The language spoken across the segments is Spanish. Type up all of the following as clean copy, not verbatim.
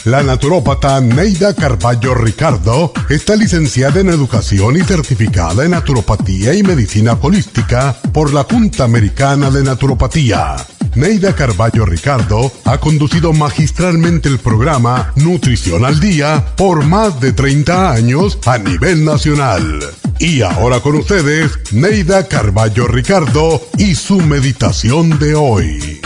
La naturópata Neida Carballo Ricardo está licenciada en Educación y certificada en Naturopatía y Medicina Holística por la Junta Americana de Naturopatía. Neida Carballo Ricardo ha conducido magistralmente el programa Nutrición al Día por más de 30 años a nivel nacional. Y ahora con ustedes, Neida Carballo Ricardo y su meditación de hoy.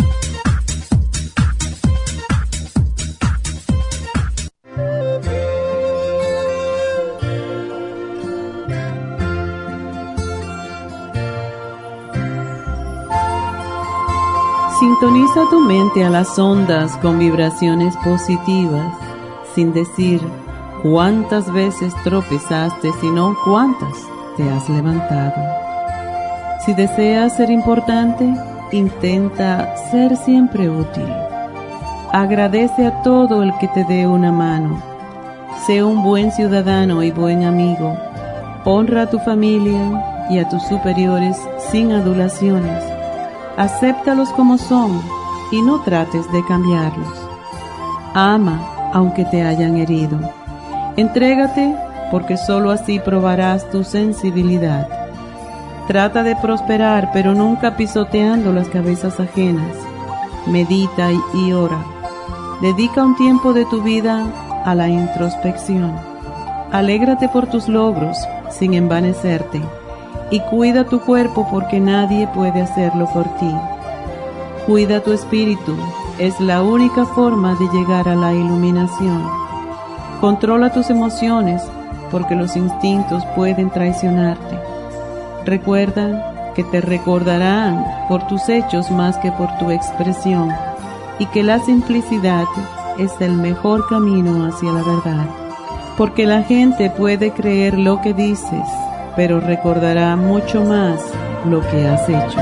Sintoniza tu mente a las ondas con vibraciones positivas, sin decir cuántas veces tropezaste, sino cuántas te has levantado. Si deseas ser importante, intenta ser siempre útil. Agradece a todo el que te dé una mano. Sé un buen ciudadano y buen amigo. Honra a tu familia y a tus superiores sin adulaciones. Acéptalos como son y no trates de cambiarlos. Ama aunque te hayan herido. Entrégate porque sólo así probarás tu sensibilidad. Trata de prosperar pero nunca pisoteando las cabezas ajenas. Medita y ora. Dedica un tiempo de tu vida a la introspección. Alégrate por tus logros sin envanecerte. Y cuida tu cuerpo porque nadie puede hacerlo por ti. Cuida tu espíritu, es la única forma de llegar a la iluminación. Controla tus emociones porque los instintos pueden traicionarte. Recuerda que te recordarán por tus hechos más que por tu expresión y que la simplicidad es el mejor camino hacia la verdad. Porque la gente puede creer lo que dices, pero recordará mucho más lo que has hecho.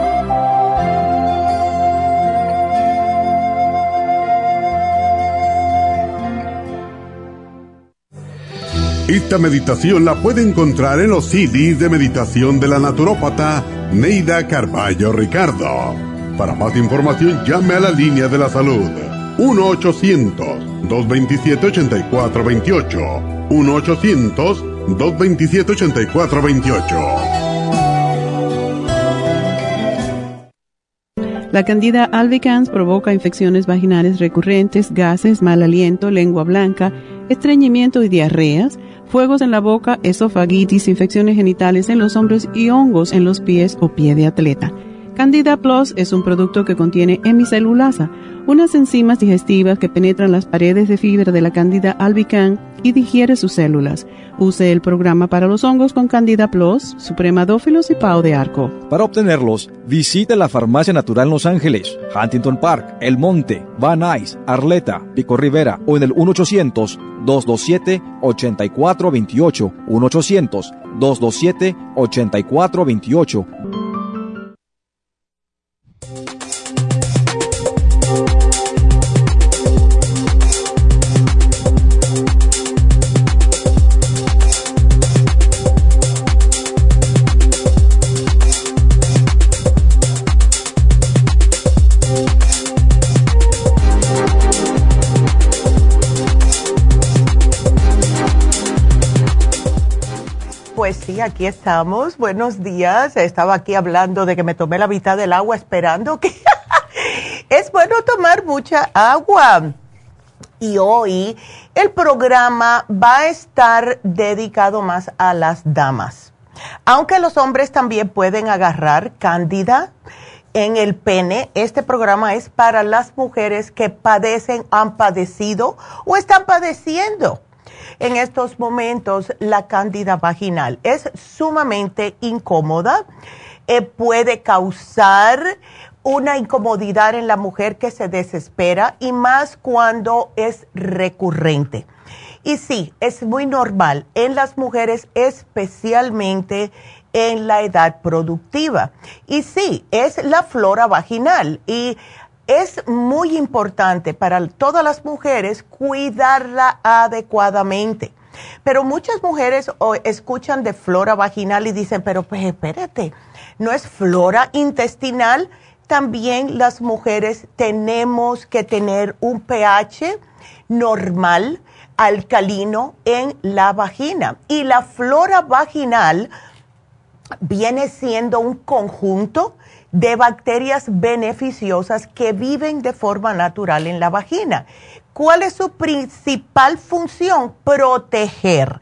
Esta meditación la puede encontrar en los CDs de meditación de la naturópata Neida Carballo Ricardo. Para más información, llame a la línea de la salud 1-800-227-8428. 1-800-227-8428. La Candida albicans provoca infecciones vaginales recurrentes, gases, mal aliento, lengua blanca, estreñimiento y diarreas, fuegos en la boca, esofagitis, infecciones genitales en los hombros y hongos en los pies o pie de atleta. Candida Plus es un producto que contiene hemicelulasa, unas enzimas digestivas que penetran las paredes de fibra de la Candida albicans y digiere sus células. Use el programa para los hongos con Candida Plus, Supremadófilos y Pao de Arco. Para obtenerlos, visite la Farmacia Natural Los Ángeles, Huntington Park, El Monte, Van Nuys, Arleta, Pico Rivera o en el 1-800-227-8428, 1-800-227-8428. Pues sí, aquí estamos. Buenos días. Estaba aquí hablando de que me tomé la mitad del agua esperando que es bueno tomar mucha agua. Y hoy el programa va a estar dedicado más a las damas. Aunque los hombres también pueden agarrar cándida en el pene, este programa es para las mujeres que padecen, han padecido o están padeciendo en estos momentos la cándida vaginal. Es sumamente incómoda, puede causar una incomodidad en la mujer que se desespera y más cuando es recurrente. Y sí, es muy normal en las mujeres, especialmente en la edad productiva. Y sí, es la flora vaginal y es muy importante para todas las mujeres cuidarla adecuadamente. Pero muchas mujeres escuchan de flora vaginal y dicen, pero pues espérate, ¿no es flora intestinal? También las mujeres tenemos que tener un pH normal, alcalino en la vagina. Y la flora vaginal viene siendo un conjunto de bacterias beneficiosas que viven de forma natural en la vagina. ¿Cuál es su principal función? Proteger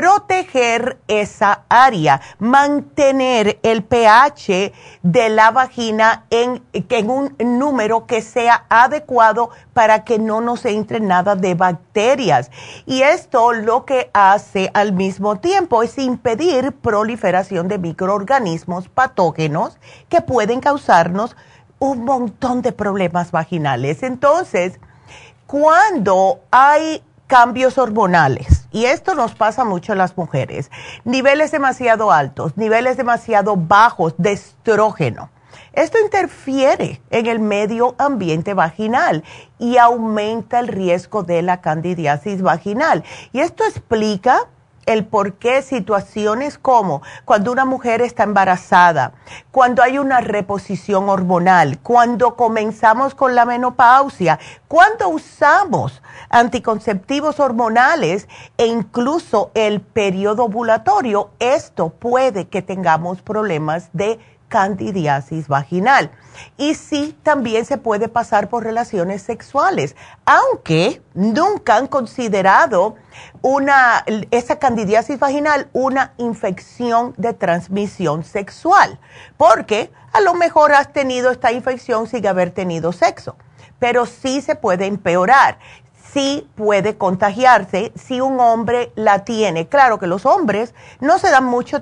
esa área, mantener el pH de la vagina en un número que sea adecuado para que no nos entre nada de bacterias. Y esto lo que hace al mismo tiempo es impedir proliferación de microorganismos patógenos que pueden causarnos un montón de problemas vaginales. Entonces, cuando hay cambios hormonales, y esto nos pasa mucho a las mujeres, niveles demasiado altos, niveles demasiado bajos de estrógeno, esto interfiere en el medio ambiente vaginal y aumenta el riesgo de la candidiasis vaginal. Y esto explica el por qué situaciones como cuando una mujer está embarazada, cuando hay una reposición hormonal, cuando comenzamos con la menopausia, cuando usamos anticonceptivos hormonales e incluso el periodo ovulatorio, esto puede que tengamos problemas de candidiasis vaginal. Y sí, también se puede pasar por relaciones sexuales, aunque nunca han considerado esa candidiasis vaginal una infección de transmisión sexual, porque a lo mejor has tenido esta infección sin haber tenido sexo, pero sí se puede empeorar. Sí puede contagiarse si un hombre la tiene. Claro que los hombres no se dan muchas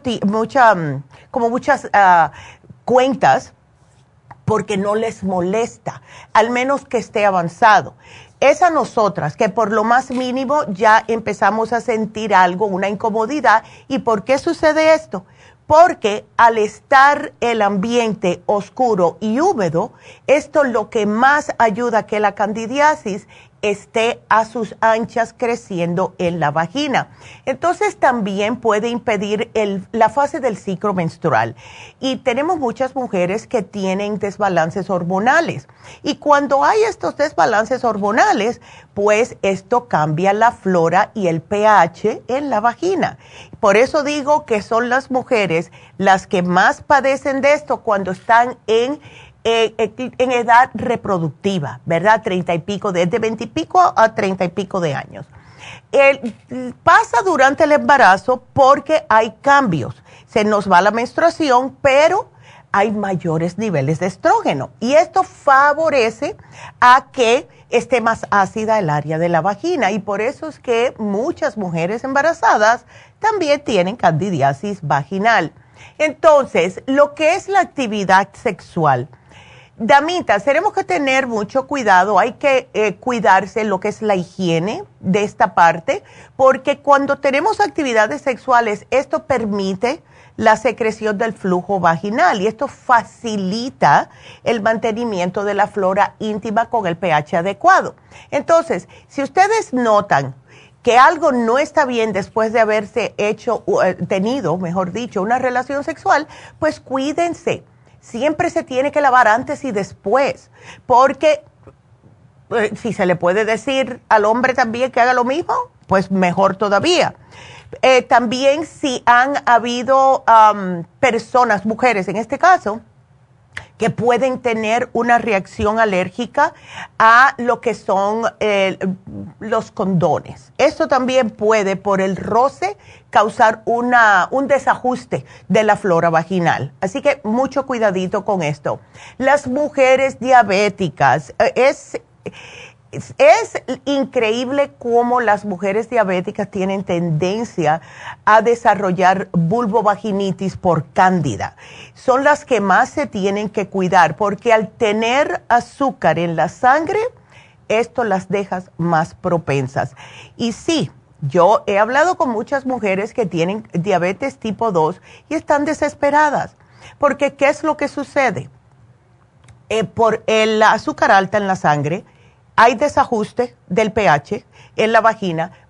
cuentas porque no les molesta, al menos que esté avanzado. Es a nosotras que por lo más mínimo ya empezamos a sentir algo, una incomodidad. ¿Y por qué sucede esto? Porque al estar el ambiente oscuro y húmedo, esto lo que más ayuda a que la candidiasis esté a sus anchas creciendo en la vagina. Entonces también puede impedir la fase del ciclo menstrual. Y tenemos muchas mujeres que tienen desbalances hormonales. Y cuando hay estos desbalances hormonales, pues esto cambia la flora y el pH en la vagina. Por eso digo que son las mujeres las que más padecen de esto cuando están en edad reproductiva, ¿verdad? 30 y pico, desde 20 y pico a 30 y pico de años. Pasa durante el embarazo porque hay cambios. Se nos va la menstruación, pero hay mayores niveles de estrógeno. Y esto favorece a que esté más ácida el área de la vagina. Y por eso es que muchas mujeres embarazadas también tienen candidiasis vaginal. Entonces, lo que es la actividad sexual, damitas, tenemos que tener mucho cuidado, hay que cuidarse lo que es la higiene de esta parte, porque cuando tenemos actividades sexuales, esto permite la secreción del flujo vaginal y esto facilita el mantenimiento de la flora íntima con el pH adecuado. Entonces, si ustedes notan que algo no está bien después de haberse tenido, mejor dicho, una relación sexual, pues cuídense. Siempre se tiene que lavar antes y después, porque si se le puede decir al hombre también que haga lo mismo, pues mejor todavía. También si han habido personas, mujeres en este caso, que pueden tener una reacción alérgica a lo que son los condones. Esto también puede, por el roce, causar un desajuste de la flora vaginal. Así que mucho cuidadito con esto. Las mujeres diabéticas, es increíble cómo las mujeres diabéticas tienen tendencia a desarrollar vulvovaginitis por cándida. Son las que más se tienen que cuidar porque al tener azúcar en la sangre, esto las deja más propensas. Y sí, yo he hablado con muchas mujeres que tienen diabetes tipo 2 y están desesperadas. Porque ¿qué es lo que sucede? Por el azúcar alta en la sangre, hay desajuste del pH en la vagina,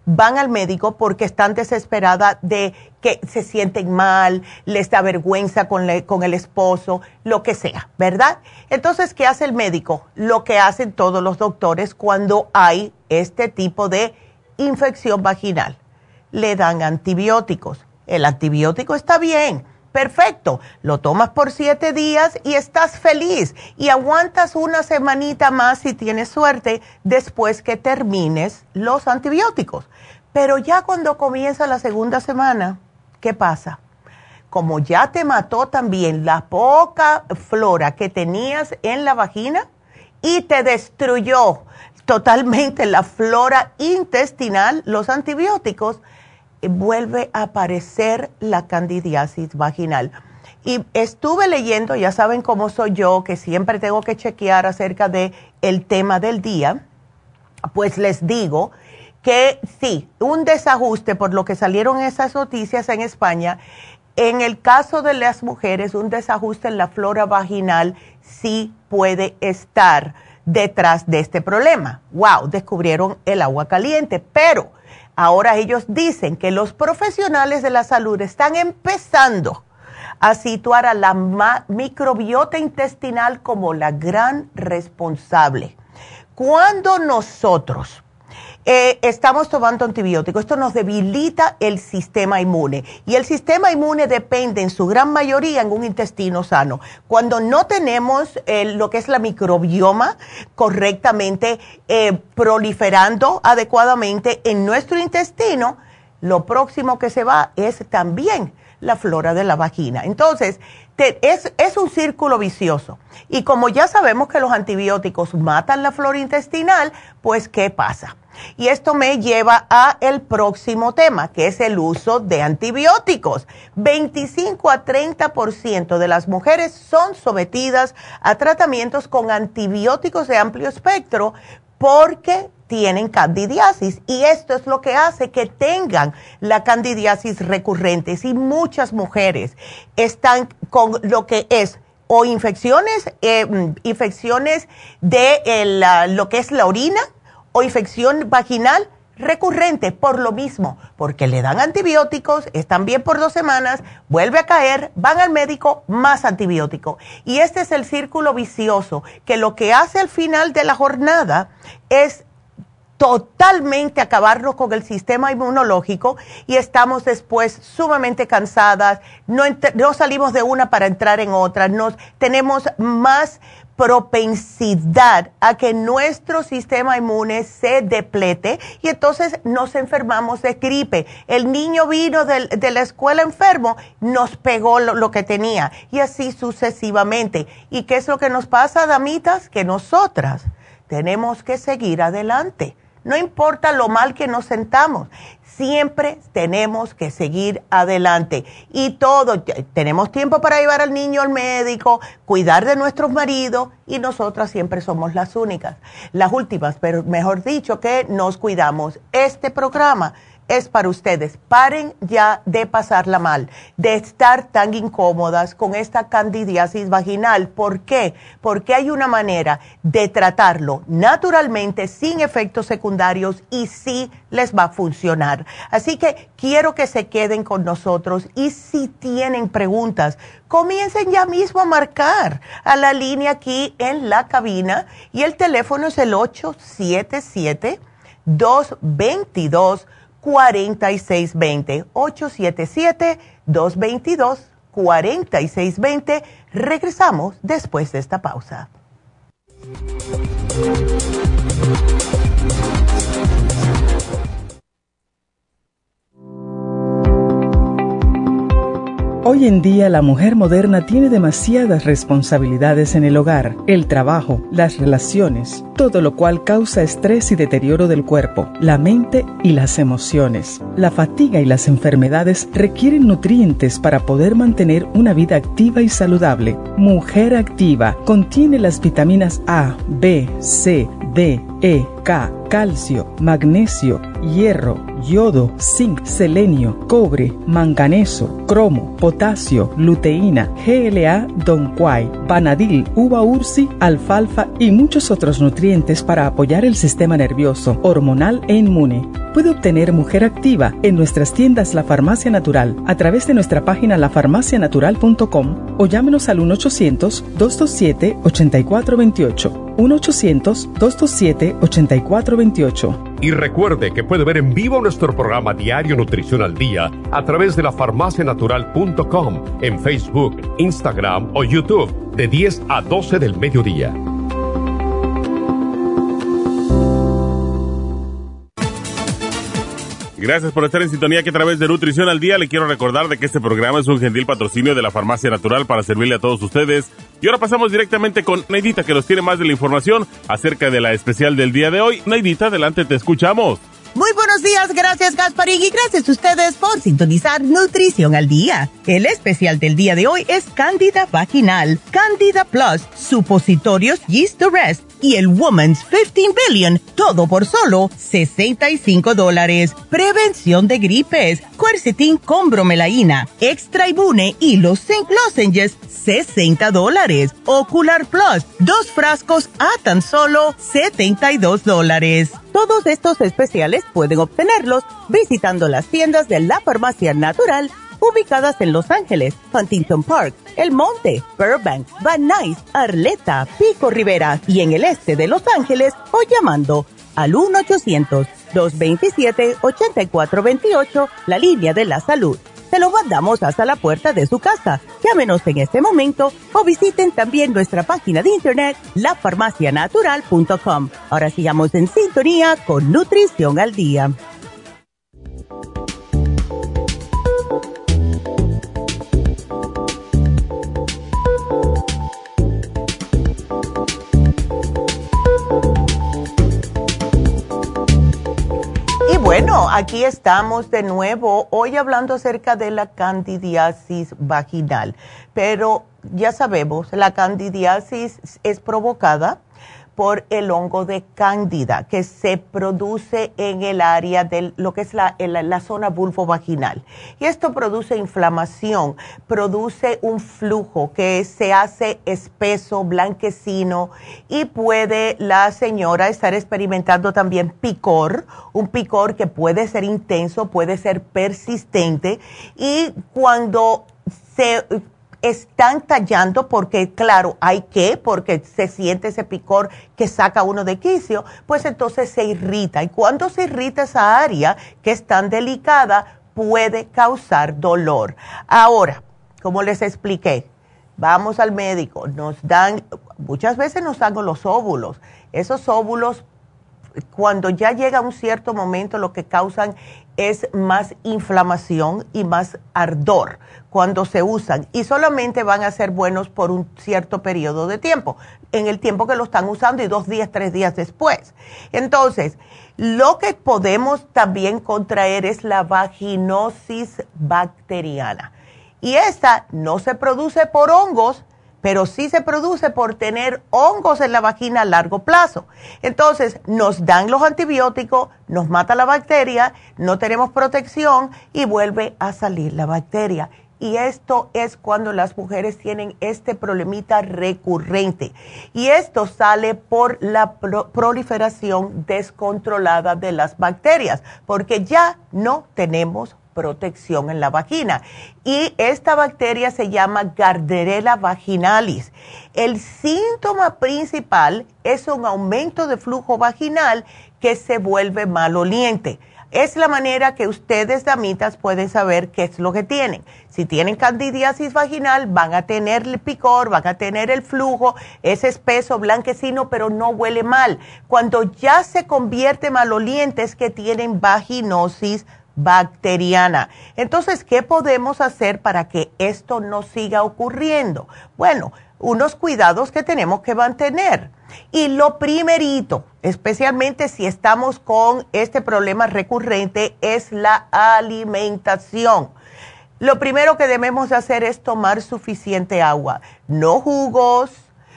van al médico porque están desesperadas de que se sienten mal, les da vergüenza con el esposo, lo que sea, ¿verdad? Entonces, ¿qué hace el médico? Lo que hacen todos los doctores cuando hay este tipo de infección vaginal. Le dan antibióticos. El antibiótico está bien, perfecto. Lo tomas por 7 días y estás feliz. Y aguantas una semanita más si tienes suerte después que termines los antibióticos. Pero ya cuando comienza la segunda semana, ¿qué pasa? Como ya te mató también la poca flora que tenías en la vagina y te destruyó totalmente la flora intestinal, los antibióticos, vuelve a aparecer la candidiasis vaginal. Y estuve leyendo, ya saben cómo soy yo, que siempre tengo que chequear acerca de el tema del día, pues les digo que sí, un desajuste por lo que salieron esas noticias en España. En el caso de las mujeres, un desajuste en la flora vaginal sí puede estar detrás de este problema. ¡Wow! Descubrieron el agua caliente, pero ahora ellos dicen que los profesionales de la salud están empezando a situar a la microbiota intestinal como la gran responsable. Cuando nosotros estamos tomando antibióticos, esto nos debilita el sistema inmune. Y el sistema inmune depende en su gran mayoría en un intestino sano. Cuando no tenemos lo que es la microbioma correctamente proliferando adecuadamente en nuestro intestino, lo próximo que se va es también la flora de la vagina. Entonces, es un círculo vicioso. Y como ya sabemos que los antibióticos matan la flora intestinal, pues ¿qué pasa? Y esto me lleva a el próximo tema, que es el uso de antibióticos. 25 a 30% de las mujeres son sometidas a tratamientos con antibióticos de amplio espectro porque tienen candidiasis, y esto es lo que hace que tengan la candidiasis recurrentes, y muchas mujeres están con lo que es o infecciones de lo que es la orina o infección vaginal recurrente por lo mismo, porque le dan antibióticos, están bien por 2 semanas, vuelve a caer, van al médico, más antibiótico. Y este es el círculo vicioso, que lo que hace al final de la jornada es totalmente acabarnos con el sistema inmunológico, y estamos después sumamente cansadas, no salimos de una para entrar en otra, tenemos más propensidad a que nuestro sistema inmune se deplete, y entonces nos enfermamos de gripe. El niño vino de la escuela enfermo, nos pegó lo que tenía, y así sucesivamente. ¿Y qué es lo que nos pasa, damitas? Que nosotras tenemos que seguir adelante. No importa lo mal que nos sentamos, siempre tenemos que seguir adelante. Y tenemos tiempo para llevar al niño al médico, cuidar de nuestros maridos, y nosotras siempre somos las últimas, pero mejor dicho, que nos cuidamos. Este programa es para ustedes. Paren ya de pasarla mal, de estar tan incómodas con esta candidiasis vaginal. ¿Por qué? Porque hay una manera de tratarlo naturalmente, sin efectos secundarios, y sí les va a funcionar. Así que quiero que se queden con nosotros, y si tienen preguntas, comiencen ya mismo a marcar a la línea aquí en la cabina, y el teléfono es el 877-222-4620, 877-222-4620. Regresamos después de esta pausa. Hoy en día la mujer moderna tiene demasiadas responsabilidades en el hogar, el trabajo, las relaciones, todo lo cual causa estrés y deterioro del cuerpo, la mente y las emociones. La fatiga y las enfermedades requieren nutrientes para poder mantener una vida activa y saludable. Mujer Activa contiene las vitaminas A, B, C, D, E, K, calcio, magnesio, hierro, yodo, zinc, selenio, cobre, manganeso, cromo, potasio, luteína, GLA, Donquai, Vanadil, uva ursi, alfalfa y muchos otros nutrientes para apoyar el sistema nervioso, hormonal e inmune. puede obtener Mujer Activa en nuestras tiendas La Farmacia Natural a través de nuestra página lafarmacianatural.com o llámenos al 1-800-227-8428. 1-800-227-8428. Y recuerde que puede ver en vivo nuestro programa diario Nutrición al Día a través de lafarmacianatural.com en Facebook, Instagram o YouTube de 10 a 12 del mediodía. Gracias por estar en sintonía que a través de Nutrición al Día le quiero recordar de que este programa es un gentil patrocinio de la Farmacia Natural para servirle a todos ustedes. Y ahora pasamos directamente con Neidita, que nos tiene más de la información acerca de la especial del día de hoy. Neidita, adelante, te escuchamos. Muy buenos días, gracias Gasparín y gracias a ustedes por sintonizar Nutrición al Día. El especial del día de hoy es Cándida Vaginal, Cándida Plus, Supositorios Yeast Arrest y el Woman's 15 Billion, todo por solo $65. Prevención de gripes, Quercetin con bromelaína, Extra Ibune y los Zinc Lozenges, $60. Ocular Plus, 2 frascos a tan solo $72. Todos estos especiales pueden obtenerlos visitando las tiendas de la Farmacia Natural ubicadas en Los Ángeles, Huntington Park, El Monte, Burbank, Van Nuys, Arleta, Pico Rivera y en el este de Los Ángeles o llamando al 1-800-227-8428, la línea de la salud. Se lo mandamos hasta la puerta de su casa. Llámenos en este momento o visiten también nuestra página de internet, lafarmacianatural.com. Ahora sigamos en sintonía con Nutrición al Día. Bueno, aquí estamos de nuevo, hoy hablando acerca de la candidiasis vaginal, pero ya sabemos, la candidiasis es provocada por el hongo de cándida que se produce en el área de lo que es la zona vulvovaginal. Y esto produce inflamación, produce un flujo que se hace espeso, blanquecino, y puede la señora estar experimentando también picor, un picor que puede ser intenso, puede ser persistente, y cuando se están tallando, porque claro, porque se siente ese picor que saca uno de quicio, pues entonces se irrita. Y cuando se irrita esa área que es tan delicada, puede causar dolor. Ahora, como les expliqué, vamos al médico, muchas veces nos dan los óvulos. Esos óvulos, cuando ya llega un cierto momento, lo que causan es más inflamación y más ardor cuando se usan, y solamente van a ser buenos por un cierto periodo de tiempo, en el tiempo que lo están usando y 2 días, 3 días después. Entonces, lo que podemos también contraer es la vaginosis bacteriana, y esta no se produce por hongos, pero sí se produce por tener hongos en la vagina a largo plazo. Entonces, nos dan los antibióticos, nos mata la bacteria, no tenemos protección y vuelve a salir la bacteria. Y esto es cuando las mujeres tienen este problemita recurrente. Y esto sale por la proliferación descontrolada de las bacterias, porque ya no tenemos protección en la vagina. Y esta bacteria se llama Gardnerella vaginalis. El síntoma principal es un aumento de flujo vaginal que se vuelve maloliente. Es la manera que ustedes, damitas, pueden saber qué es lo que tienen. Si tienen candidiasis vaginal, van a tener el picor, van a tener el flujo, es espeso, blanquecino, pero no huele mal. Cuando ya se convierte maloliente es que tienen vaginosis bacteriana. Entonces, ¿qué podemos hacer para que esto no siga ocurriendo? Bueno, unos cuidados que tenemos que mantener. Y lo primerito, especialmente si estamos con este problema recurrente, es la alimentación. Lo primero que debemos hacer es tomar suficiente agua, no jugos,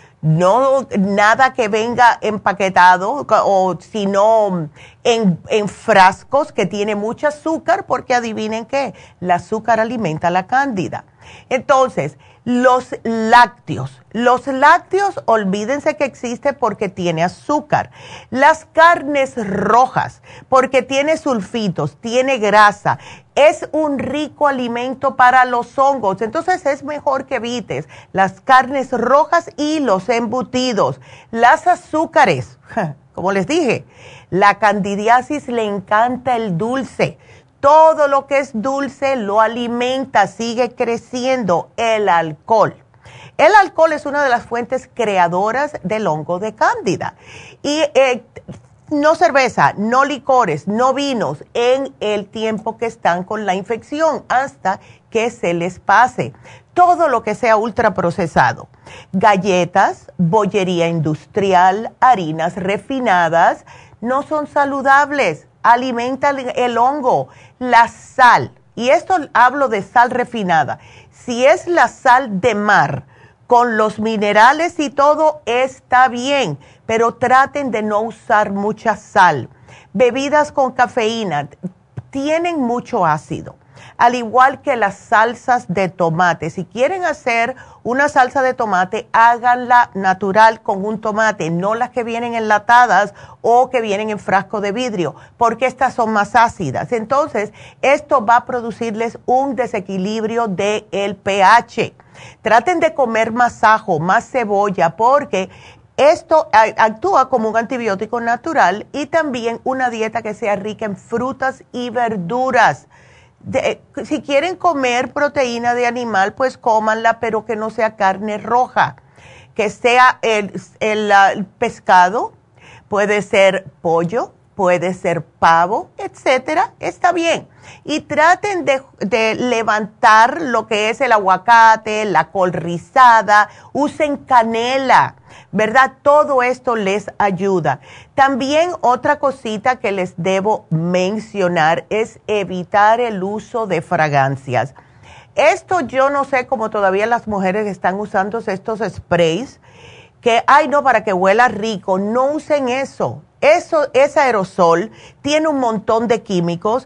no nada que venga empaquetado, o sino en frascos que tiene mucho azúcar, porque adivinen qué, el azúcar alimenta la cándida. Entonces, Los lácteos. Los lácteos, olvídense que existe porque tiene azúcar. Las carnes rojas, porque tiene sulfitos, tiene grasa. Es un rico alimento para los hongos. Entonces es mejor que evites las carnes rojas y los embutidos. Las azúcares, como les dije, la candidiasis le encanta el dulce. Todo lo que es dulce lo alimenta, sigue creciendo. El alcohol. El alcohol es una de las fuentes creadoras del hongo de cándida. Y no cerveza, no licores, no vinos en el tiempo que están con la infección hasta que se les pase. Todo lo que sea ultraprocesado. Galletas, bollería industrial, harinas refinadas, no son saludables. Alimentan el hongo, la sal, y esto hablo de sal refinada. Si es la sal de mar, con los minerales y todo, está bien, pero traten de no usar mucha sal. Bebidas con cafeína tienen mucho ácido, al igual que las salsas de tomate. Si quieren hacer una salsa de tomate, háganla natural con un tomate, no las que vienen enlatadas o que vienen en frasco de vidrio, porque estas son más ácidas. Entonces, esto va a producirles un desequilibrio del pH. Traten de comer más ajo, más cebolla, porque esto actúa como un antibiótico natural, y también una dieta que sea rica en frutas y verduras. Si quieren comer proteína de animal, pues cómanla, pero que no sea carne roja, que sea el pescado, puede ser pollo, puede ser pavo, etcétera, está bien. Y traten de levantar lo que es el aguacate, la col rizada, usen canela, ¿verdad? Todo esto les ayuda. También otra cosita que les debo mencionar es evitar el uso de fragancias. Esto yo no sé cómo todavía las mujeres están usando estos sprays que, ay no, para que huela rico, no usen eso. Eso es aerosol, tiene un montón de químicos,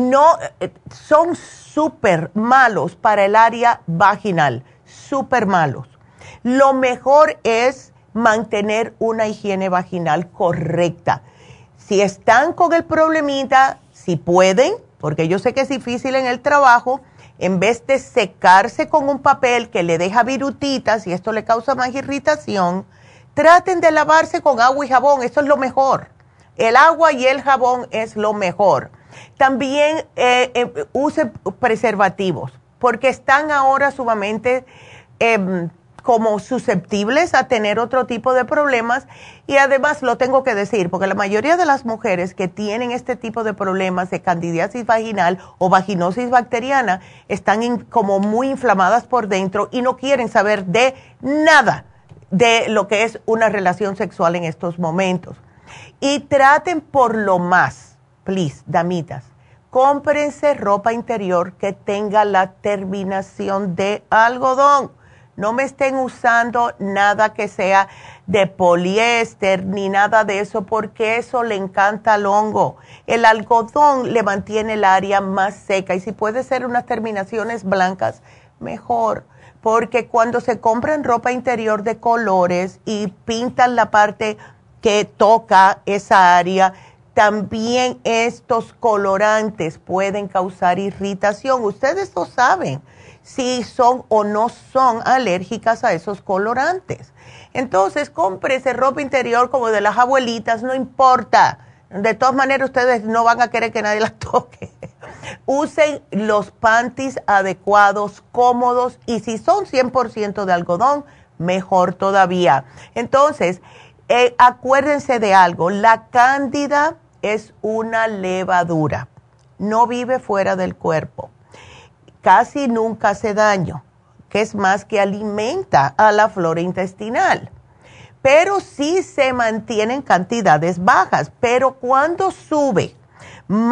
son súper malos para el área vaginal, súper malos. Lo mejor es mantener una higiene vaginal correcta. Si están con el problemita, si pueden, porque yo sé que es difícil en el trabajo, en vez de secarse con un papel que le deja virutitas y esto le causa más irritación, traten de lavarse con agua y jabón, eso es lo mejor. El agua y el jabón es lo mejor. También use preservativos, porque están ahora sumamente como susceptibles a tener otro tipo de problemas. Y además lo tengo que decir, porque la mayoría de las mujeres que tienen este tipo de problemas de candidiasis vaginal o vaginosis bacteriana están como muy inflamadas por dentro y no quieren saber de nada de lo que es una relación sexual en estos momentos. Y traten por lo más, please, damitas, cómprense ropa interior que tenga la terminación de algodón. No me estén usando nada que sea de poliéster ni nada de eso, porque eso le encanta al hongo. El algodón le mantiene el área más seca, y si puede ser unas terminaciones blancas, mejor. Porque cuando se compran ropa interior de colores y pintan la parte que toca esa área, también estos colorantes pueden causar irritación. Ustedes lo saben, si son o no son alérgicas a esos colorantes. Entonces, cómprese ropa interior como de las abuelitas, no importa. De todas maneras, ustedes no van a querer que nadie las toque. Usen los panties adecuados, cómodos, y si son 100% de algodón, mejor todavía. Entonces, acuérdense de algo, la cándida es una levadura, no vive fuera del cuerpo, casi nunca hace daño, que es más que alimenta a la flora intestinal, pero sí se mantienen cantidades bajas, pero cuando sube más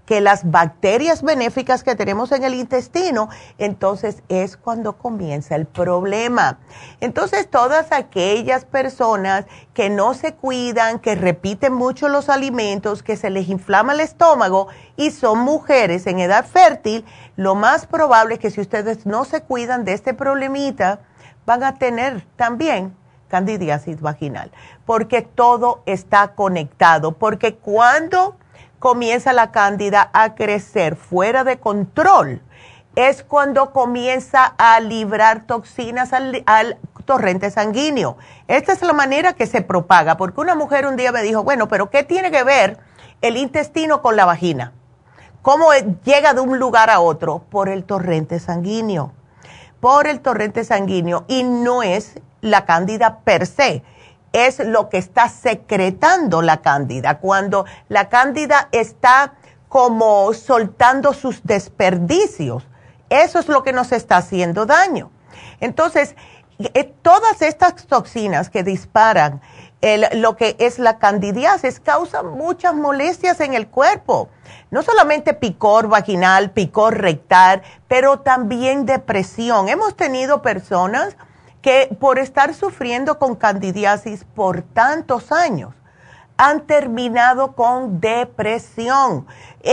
que las bacterias benéficas que tenemos en el intestino, entonces es cuando comienza el problema. Entonces, todas aquellas personas que no se cuidan, que repiten mucho los alimentos, que se les inflama el estómago y son mujeres en edad fértil, lo más probable es que si ustedes no se cuidan de este problemita, van a tener también candidiasis vaginal, porque todo está conectado, porque cuando comienza la cándida a crecer fuera de control, es cuando comienza a librar toxinas al torrente sanguíneo. Esta es la manera que se propaga, porque una mujer un día me dijo, bueno, pero ¿qué tiene que ver el intestino con la vagina? ¿Cómo llega de un lugar a otro? Por el torrente sanguíneo. Por el torrente sanguíneo, y no es la cándida per se, es lo que está secretando la cándida. Cuando la cándida está como soltando sus desperdicios, eso es lo que nos está haciendo daño. Entonces, todas estas toxinas que disparan lo que es la candidiasis causan muchas molestias en el cuerpo. No solamente picor vaginal, picor rectal, pero también depresión. Hemos tenido personas que por estar sufriendo con candidiasis por tantos años, han terminado con depresión,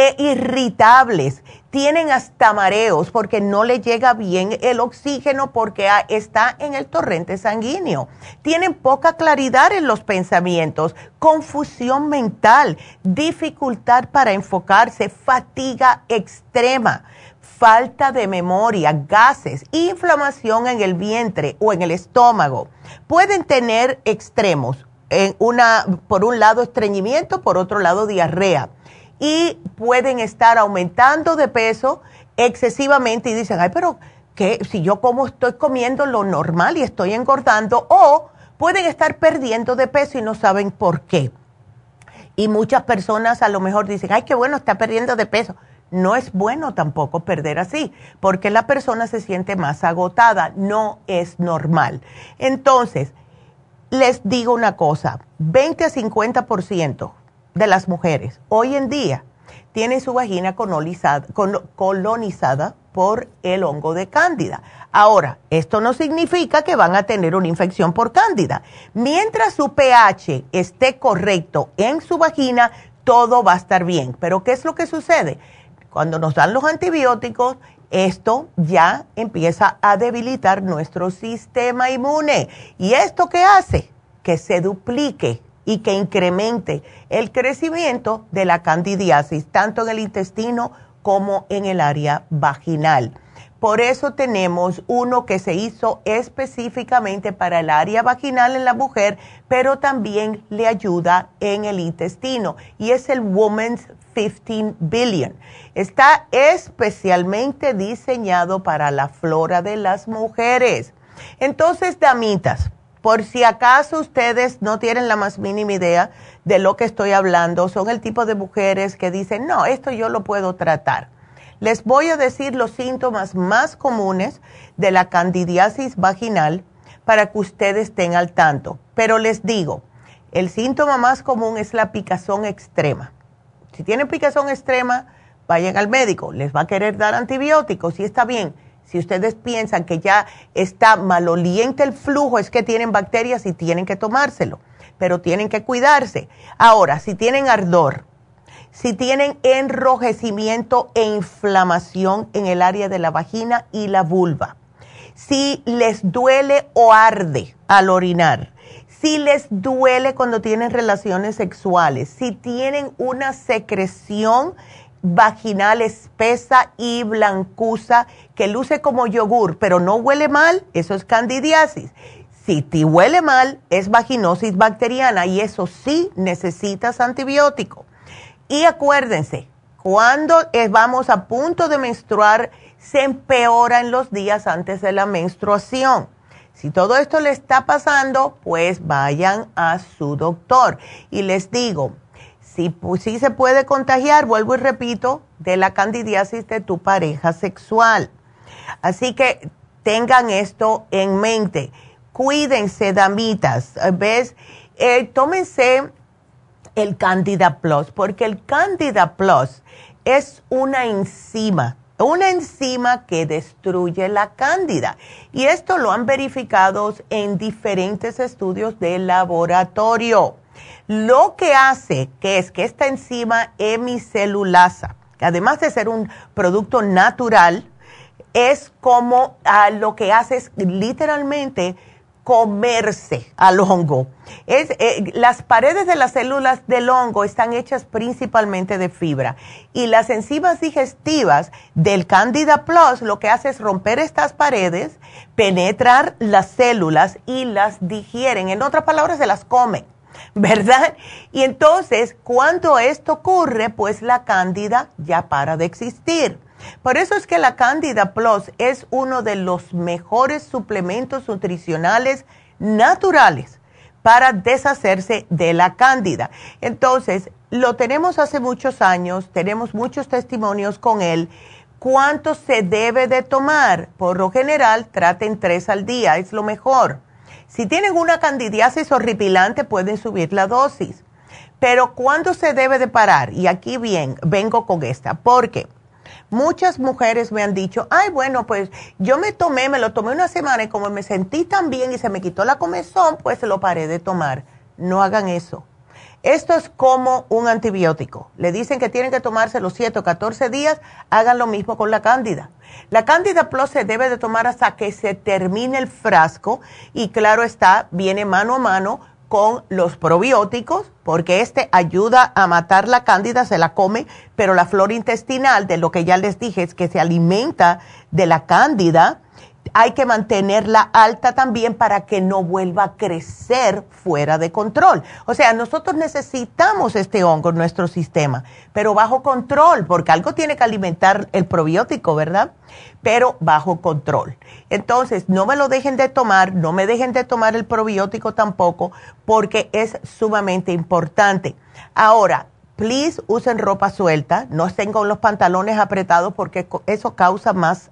irritables, tienen hasta mareos porque no le llega bien el oxígeno porque está en el torrente sanguíneo. Tienen poca claridad en los pensamientos, confusión mental, dificultad para enfocarse, fatiga extrema, falta de memoria, gases, inflamación en el vientre o en el estómago. Pueden tener extremos, por un lado estreñimiento, por otro lado diarrea. Y pueden estar aumentando de peso excesivamente y dicen, ay, pero ¿qué? Si yo estoy comiendo lo normal y estoy engordando, o pueden estar perdiendo de peso y no saben por qué. Y muchas personas a lo mejor dicen, ay, qué bueno, está perdiendo de peso. No es bueno tampoco perder así, porque la persona se siente más agotada, no es normal. Entonces, les digo una cosa, 20 a 50% de las mujeres hoy en día tienen su vagina colonizada por el hongo de cándida. Ahora, esto no significa que van a tener una infección por cándida. Mientras su pH esté correcto en su vagina, todo va a estar bien. Pero ¿qué es lo que sucede? Cuando nos dan los antibióticos, esto ya empieza a debilitar nuestro sistema inmune. ¿Y esto qué hace? Que se duplique y que incremente el crecimiento de la candidiasis, tanto en el intestino como en el área vaginal. Por eso tenemos uno que se hizo específicamente para el área vaginal en la mujer, pero también le ayuda en el intestino, y es el Women's 15 Billion. Está especialmente diseñado para la flora de las mujeres. Entonces, damitas, por si acaso ustedes no tienen la más mínima idea de lo que estoy hablando, son el tipo de mujeres que dicen, no, esto yo lo puedo tratar. Les voy a decir los síntomas más comunes de la candidiasis vaginal para que ustedes estén al tanto. Pero les digo, el síntoma más común es la picazón extrema. Si tienen picazón extrema, vayan al médico, les va a querer dar antibióticos y está bien. Si ustedes piensan que ya está maloliente el flujo, es que tienen bacterias y tienen que tomárselo, pero tienen que cuidarse. Ahora, si tienen ardor, si tienen enrojecimiento e inflamación en el área de la vagina y la vulva, si les duele o arde al orinar, si les duele cuando tienen relaciones sexuales, si tienen una secreción vaginal espesa y blancuza que luce como yogur, pero no huele mal, eso es candidiasis. Si te huele mal, es vaginosis bacteriana y eso sí necesitas antibiótico. Y acuérdense, cuando vamos a punto de menstruar, se empeora en los días antes de la menstruación. Si todo esto le está pasando, pues vayan a su doctor. Y les digo, sí se puede contagiar, vuelvo y repito, de la candidiasis de tu pareja sexual. Así que tengan esto en mente. Cuídense, damitas. ¿Ves? Tómense el Candida Plus, porque el Candida Plus es una enzima que destruye la cándida. Y esto lo han verificado en diferentes estudios de laboratorio. Lo que hace es que esta enzima hemicelulasa, que además de ser un producto natural, es como lo que hace es literalmente comerse al hongo. Las paredes de las células del hongo están hechas principalmente de fibra y las enzimas digestivas del Candida Plus lo que hace es romper estas paredes, penetrar las células y las digieren. En otras palabras, se las comen, ¿verdad? Y entonces, cuando esto ocurre, pues la cándida ya para de existir. Por eso es que la Candida Plus es uno de los mejores suplementos nutricionales naturales para deshacerse de la cándida. Entonces, lo tenemos hace muchos años, tenemos muchos testimonios con él. ¿Cuánto se debe de tomar? Por lo general, traten 3 al día, es lo mejor. Si tienen una candidiasis horripilante, pueden subir la dosis. Pero ¿cuándo se debe de parar? Y aquí vengo con esta, porque muchas mujeres me han dicho, ay, bueno, pues yo me lo tomé una semana y como me sentí tan bien y se me quitó la comezón, pues lo paré de tomar. No hagan eso. Esto es como un antibiótico. Le dicen que tienen que tomarse los 7 o 14 días, hagan lo mismo con la cándida. La Candida Plus se debe de tomar hasta que se termine el frasco y claro está, viene mano a mano con los probióticos, porque ayuda a matar la cándida, se la come, pero la flora intestinal, de lo que ya les dije, es que se alimenta de la cándida, hay que mantenerla alta también para que no vuelva a crecer fuera de control. O sea, nosotros necesitamos este hongo en nuestro sistema, pero bajo control, porque algo tiene que alimentar el probiótico, ¿verdad? Pero bajo control. Entonces, no me lo dejen de tomar, no me dejen de tomar el probiótico tampoco, porque es sumamente importante. Ahora, please usen ropa suelta, no estén con los pantalones apretados porque eso causa más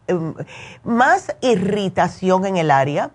irritación en el área.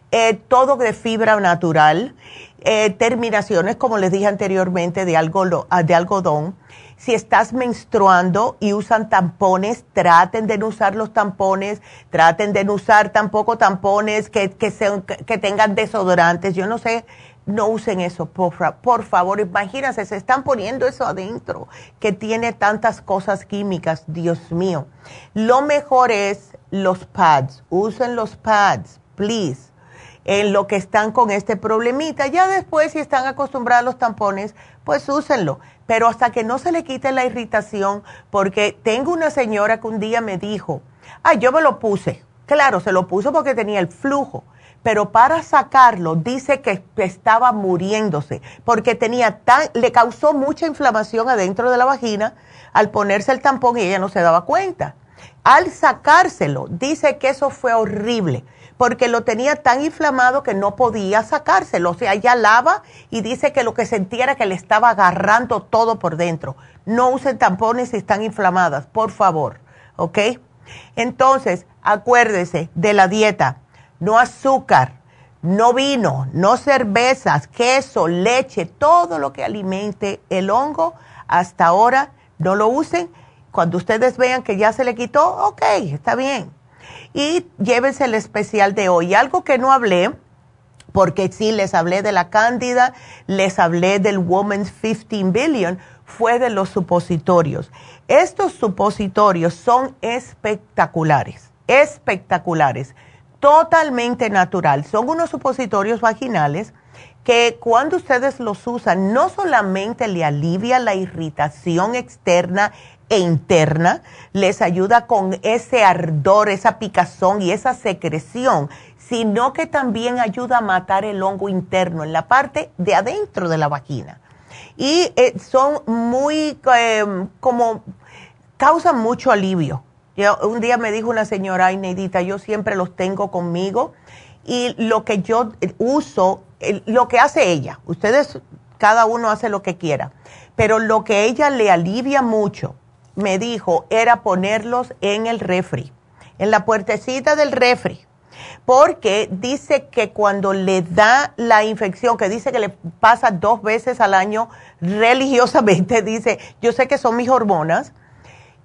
Todo de fibra natural, terminaciones, como les dije anteriormente, de algodón. Si estás menstruando y usan tampones, traten de no usar los tampones, traten de no usar tampoco tampones que tengan desodorantes. Yo no sé. No usen eso, por favor. Imagínense, se están poniendo eso adentro, que tiene tantas cosas químicas, Dios mío. Lo mejor es los pads. Usen los pads, please, en lo que están con este problemita. Ya después, si están acostumbrados a los tampones, pues úsenlo. Pero hasta que no se le quite la irritación, porque tengo una señora que un día me dijo, yo me lo puse. Claro, se lo puso porque tenía el flujo. Pero para sacarlo dice que estaba muriéndose porque le causó mucha inflamación adentro de la vagina al ponerse el tampón y ella no se daba cuenta. Al sacárselo, dice que eso fue horrible porque lo tenía tan inflamado que no podía sacárselo. O sea, ella lava y dice que lo que sentía era que le estaba agarrando todo por dentro. No usen tampones si están inflamadas, por favor, ¿ok? Entonces, acuérdese de la dieta. No azúcar, no vino, no cervezas, queso, leche, todo lo que alimente el hongo, hasta ahora no lo usen. Cuando ustedes vean que ya se le quitó, ok, está bien. Y llévense el especial de hoy. Algo que no hablé, porque sí les hablé de la cándida, les hablé del Woman's 15 Billion, fue de los supositorios. Estos supositorios son espectaculares, espectaculares. Totalmente natural. Son unos supositorios vaginales que cuando ustedes los usan no solamente le alivia la irritación externa e interna, les ayuda con ese ardor, esa picazón y esa secreción, sino que también ayuda a matar el hongo interno en la parte de adentro de la vagina. Y son muy, causan mucho alivio. Un día me dijo una señora, ay, Neidita, yo siempre los tengo conmigo y lo que yo uso, lo que hace ella, ustedes, cada uno hace lo que quiera, pero lo que ella le alivia mucho, me dijo, era ponerlos en el refri, en la puertecita del refri, porque dice que cuando le da la infección, que dice que le pasa 2 veces al año religiosamente, dice, yo sé que son mis hormonas,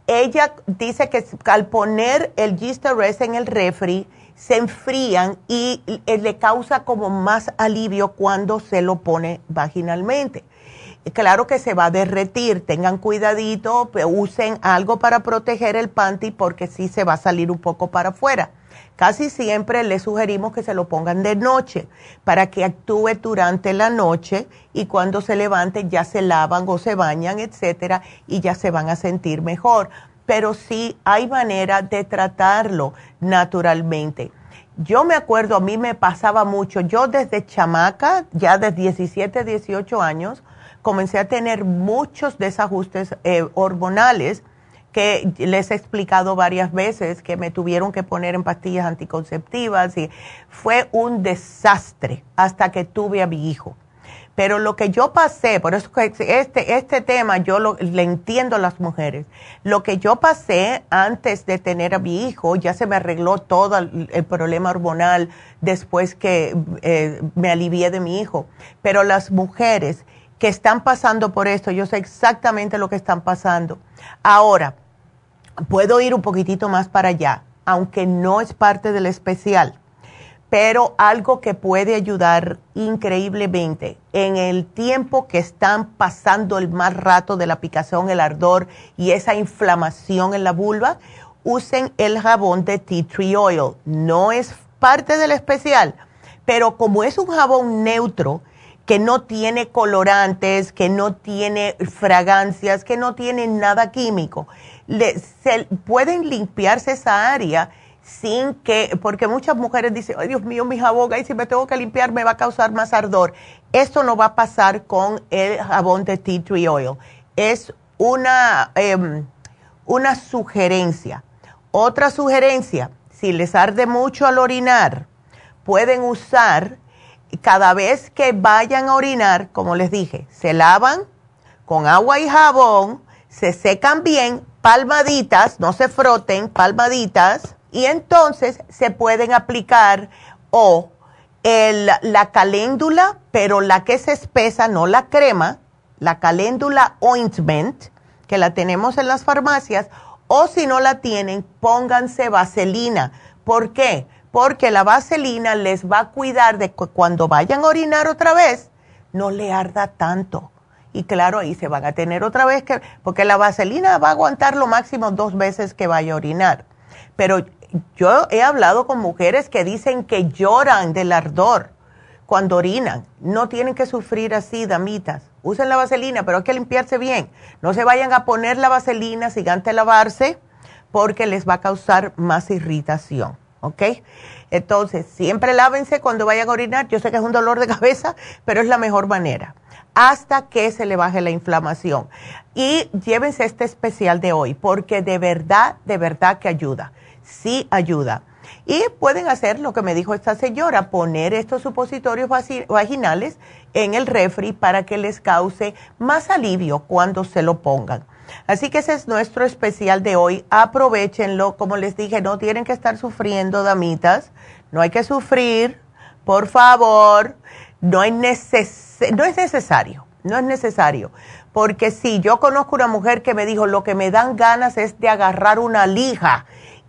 ella dice que al poner el Gist-Rest en el refri, se enfrían y le causa como más alivio cuando se lo pone vaginalmente. Claro que se va a derretir, tengan cuidadito, usen algo para proteger el panty porque sí se va a salir un poco para afuera. Casi siempre les sugerimos que se lo pongan de noche para que actúe durante la noche y cuando se levanten ya se lavan o se bañan, etcétera, y ya se van a sentir mejor. Pero sí hay manera de tratarlo naturalmente. Yo me acuerdo, a mí me pasaba mucho, yo desde chamaca, ya de 17, 18 años, comencé a tener muchos desajustes hormonales que les he explicado varias veces, que me tuvieron que poner en pastillas anticonceptivas y fue un desastre hasta que tuve a mi hijo. Pero lo que yo pasé, por eso que este tema yo le entiendo a las mujeres, lo que yo pasé antes de tener a mi hijo, ya se me arregló todo el problema hormonal después que me alivié de mi hijo. Pero las mujeres que están pasando por esto, yo sé exactamente lo que están pasando. Ahora, puedo ir un poquitito más para allá, aunque no es parte del especial. Pero algo que puede ayudar increíblemente en el tiempo que están pasando el mal rato de la picazón, el ardor y esa inflamación en la vulva, usen el jabón de Tea Tree Oil. No es parte del especial, pero como es un jabón neutro, que no tiene colorantes, que no tiene fragancias, que no tiene nada químico, pueden limpiarse esa área sin que, porque muchas mujeres dicen, ay Dios mío, mi jabón, y si me tengo que limpiar me va a causar más ardor. Esto no va a pasar con el jabón de Tea Tree Oil. Es una sugerencia. Otra sugerencia, si les arde mucho al orinar, pueden usar, cada vez que vayan a orinar, como les dije, se lavan con agua y jabón, se secan bien, palmaditas, no se froten, palmaditas, y entonces se pueden aplicar la caléndula, pero la que se espesa, no la crema, la caléndula ointment, que la tenemos en las farmacias, o si no la tienen, pónganse vaselina. ¿Por qué? Porque la vaselina les va a cuidar de que cuando vayan a orinar otra vez, no le arda tanto. Y claro, ahí se van a tener otra vez que, porque la vaselina va a aguantar lo máximo 2 veces que vaya a orinar. Pero yo he hablado con mujeres que dicen que lloran del ardor cuando orinan. No tienen que sufrir así, damitas. Usen la vaselina, pero hay que limpiarse bien. No se vayan a poner la vaselina sin antes lavarse, porque les va a causar más irritación, ¿ok? Entonces, siempre lávense cuando vayan a orinar. Yo sé que es un dolor de cabeza, pero es la mejor manera, hasta que se le baje la inflamación. Y llévense este especial de hoy, porque de verdad que ayuda. Sí ayuda. Y pueden hacer lo que me dijo esta señora, poner estos supositorios vaginales en el refri para que les cause más alivio cuando se lo pongan. Así que ese es nuestro especial de hoy. Aprovechenlo. Como les dije, no tienen que estar sufriendo, damitas. No hay que sufrir, por favor. No es necesario. Porque si yo conozco una mujer que me dijo, lo que me dan ganas es de agarrar una lija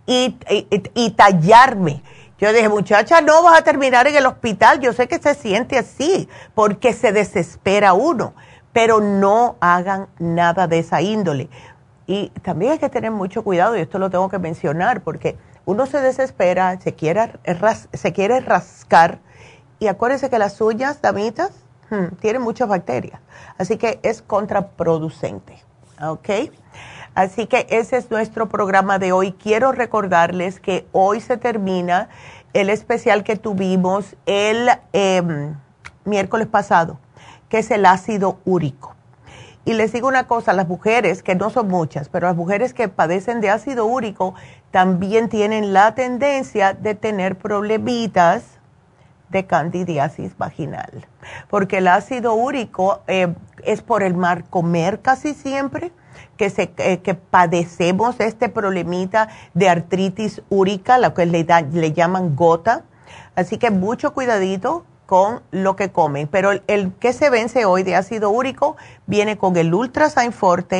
y tallarme. Yo dije, muchacha, no vas a terminar en el hospital. Yo sé que se siente así, porque se desespera uno. Pero no hagan nada de esa índole. Y también hay que tener mucho cuidado, y esto lo tengo que mencionar, porque uno se desespera, se quiere rascar, y acuérdense que las uñas, damitas, tienen muchas bacterias. Así que es contraproducente, ¿ok? Así que ese es nuestro programa de hoy. Quiero recordarles que hoy se termina el especial que tuvimos el miércoles pasado, que es el ácido úrico. Y les digo una cosa, las mujeres, que no son muchas, pero las mujeres que padecen de ácido úrico también tienen la tendencia de tener problemitas de candidiasis vaginal. Porque el ácido úrico es por el mal comer casi siempre, que padecemos este problemita de artritis úrica, lo que le llaman gota. Así que mucho cuidadito con lo que comen. Pero el que se vence hoy de ácido úrico viene con el Ultrasign Forte,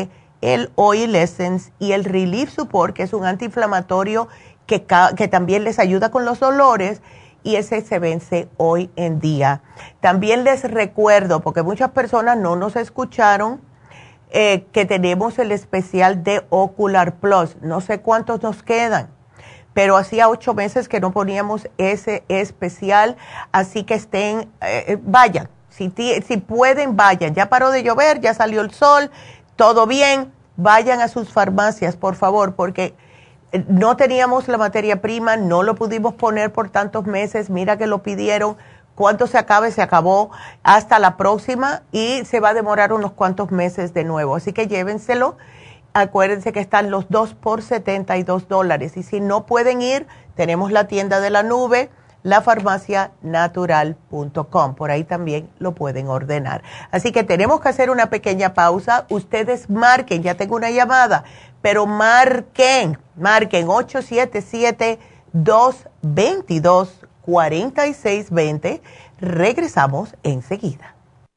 el Oil Essence y el Relief Support, que es un antiinflamatorio que también les ayuda con los dolores, y ese se vence hoy en día. También les recuerdo, porque muchas personas no nos escucharon, que tenemos el especial de Ocular Plus. No sé cuántos nos quedan, pero hacía 8 meses que no poníamos ese especial, así que vayan. Si pueden, vayan. Ya paró de llover, ya salió el sol, todo bien. Vayan a sus farmacias, por favor, porque no teníamos la materia prima, no lo pudimos poner por tantos meses. Mira que lo pidieron. Cuando se acabe, se acabó. Hasta la próxima, y se va a demorar unos cuantos meses de nuevo. Así que llévenselo. Acuérdense que están los 2 por $72. Y si no pueden ir, tenemos la tienda de la nube, lafarmacianatural.com. Por ahí también lo pueden ordenar. Así que tenemos que hacer una pequeña pausa. Ustedes marquen, ya tengo una llamada, pero marquen 877-222-4620. Regresamos enseguida.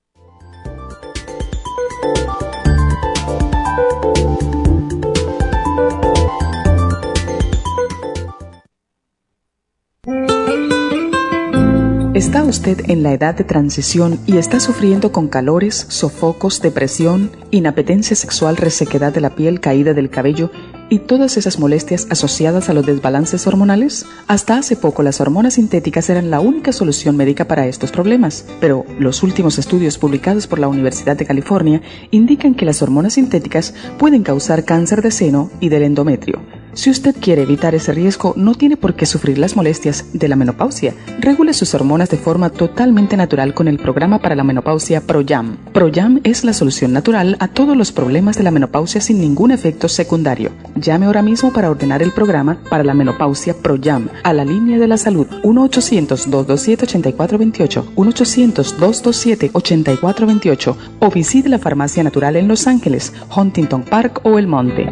¿Está usted en la edad de transición y está sufriendo con calores, sofocos, depresión, inapetencia sexual, resequedad de la piel, caída del cabello y todas esas molestias asociadas a los desbalances hormonales? Hasta hace poco las hormonas sintéticas eran la única solución médica para estos problemas, pero los últimos estudios publicados por la Universidad de California indican que las hormonas sintéticas pueden causar cáncer de seno y del endometrio. Si usted quiere evitar ese riesgo, no tiene por qué sufrir las molestias de la menopausia. Regule sus hormonas de forma totalmente natural con el programa para la menopausia ProYam. ProYam es la solución natural a todos los problemas de la menopausia sin ningún efecto secundario. Llame ahora mismo para ordenar el programa para la menopausia ProYam a la línea de la salud 1-800-227-8428, 1-800-227-8428 o visite la Farmacia Natural en Los Ángeles, Huntington Park o El Monte.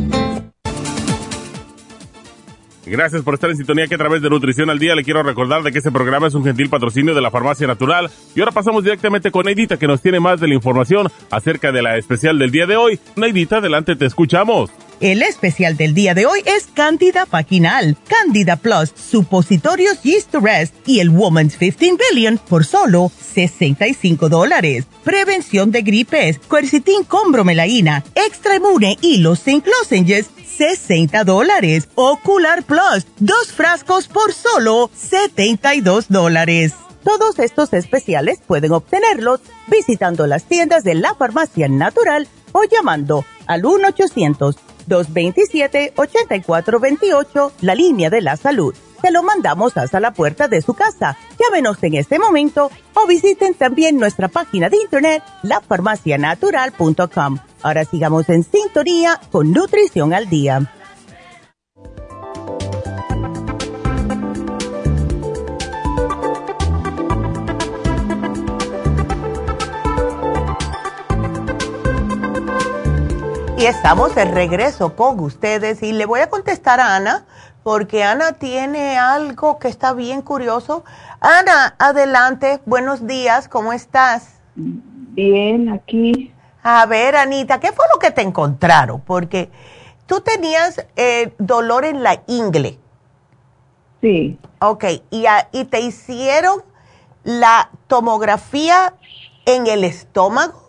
Gracias por estar en sintonía, que a través de Nutrición al Día le quiero recordar de que este programa es un gentil patrocinio de la Farmacia Natural. Y ahora pasamos directamente con Neidita, que nos tiene más de la información acerca de la especial del día de hoy. Neidita, adelante, te escuchamos. El especial del día de hoy es Cándida Vaginal, Cándida Plus, Supositorios Yeast to Rest y el Woman's 15 Billion por solo $65. Prevención de gripes, Quercetin con bromelaína, Extra Inmune y los Zinc Lozenges, $60. Ocular Plus, 2 frascos por solo $72. Todos estos especiales pueden obtenerlos visitando las tiendas de la Farmacia Natural o llamando al 1-800-227-8428, la línea de la salud. Te lo mandamos hasta la puerta de su casa. Llámenos en este momento o visiten también nuestra página de internet, lafarmacianatural.com. Ahora sigamos en sintonía con Nutrición al Día. Y estamos de regreso con ustedes y le voy a contestar a Ana, porque Ana tiene algo que está bien curioso. Ana, adelante, buenos días, ¿cómo estás? Bien, aquí. A ver, Anita, ¿qué fue lo que te encontraron? Porque tú tenías dolor en la ingle. Sí. Ok, y te hicieron la tomografía en el estómago.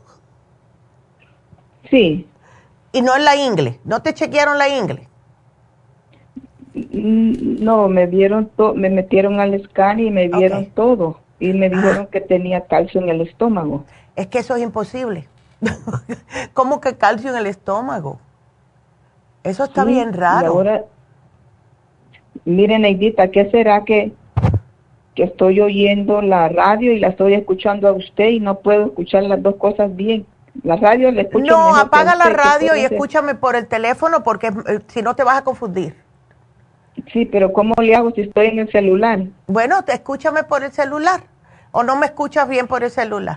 Sí. Y no en la ingle, ¿no te chequearon la ingle? No, me metieron al escáner y me vieron todo. Y me dijeron que tenía calcio en el estómago. Es que eso es imposible. ¿Cómo que calcio en el estómago? Eso está bien raro. Y ahora, miren, Neidita, ¿qué será que estoy oyendo la radio y la estoy escuchando a usted y no puedo escuchar las dos cosas bien? La radio le escucho No, mejor apaga la usted, radio y escúchame por el teléfono, porque si no te vas a confundir. Sí, pero ¿cómo le hago si estoy en el celular? Bueno, escúchame por el celular. ¿O no me escuchas bien por el celular?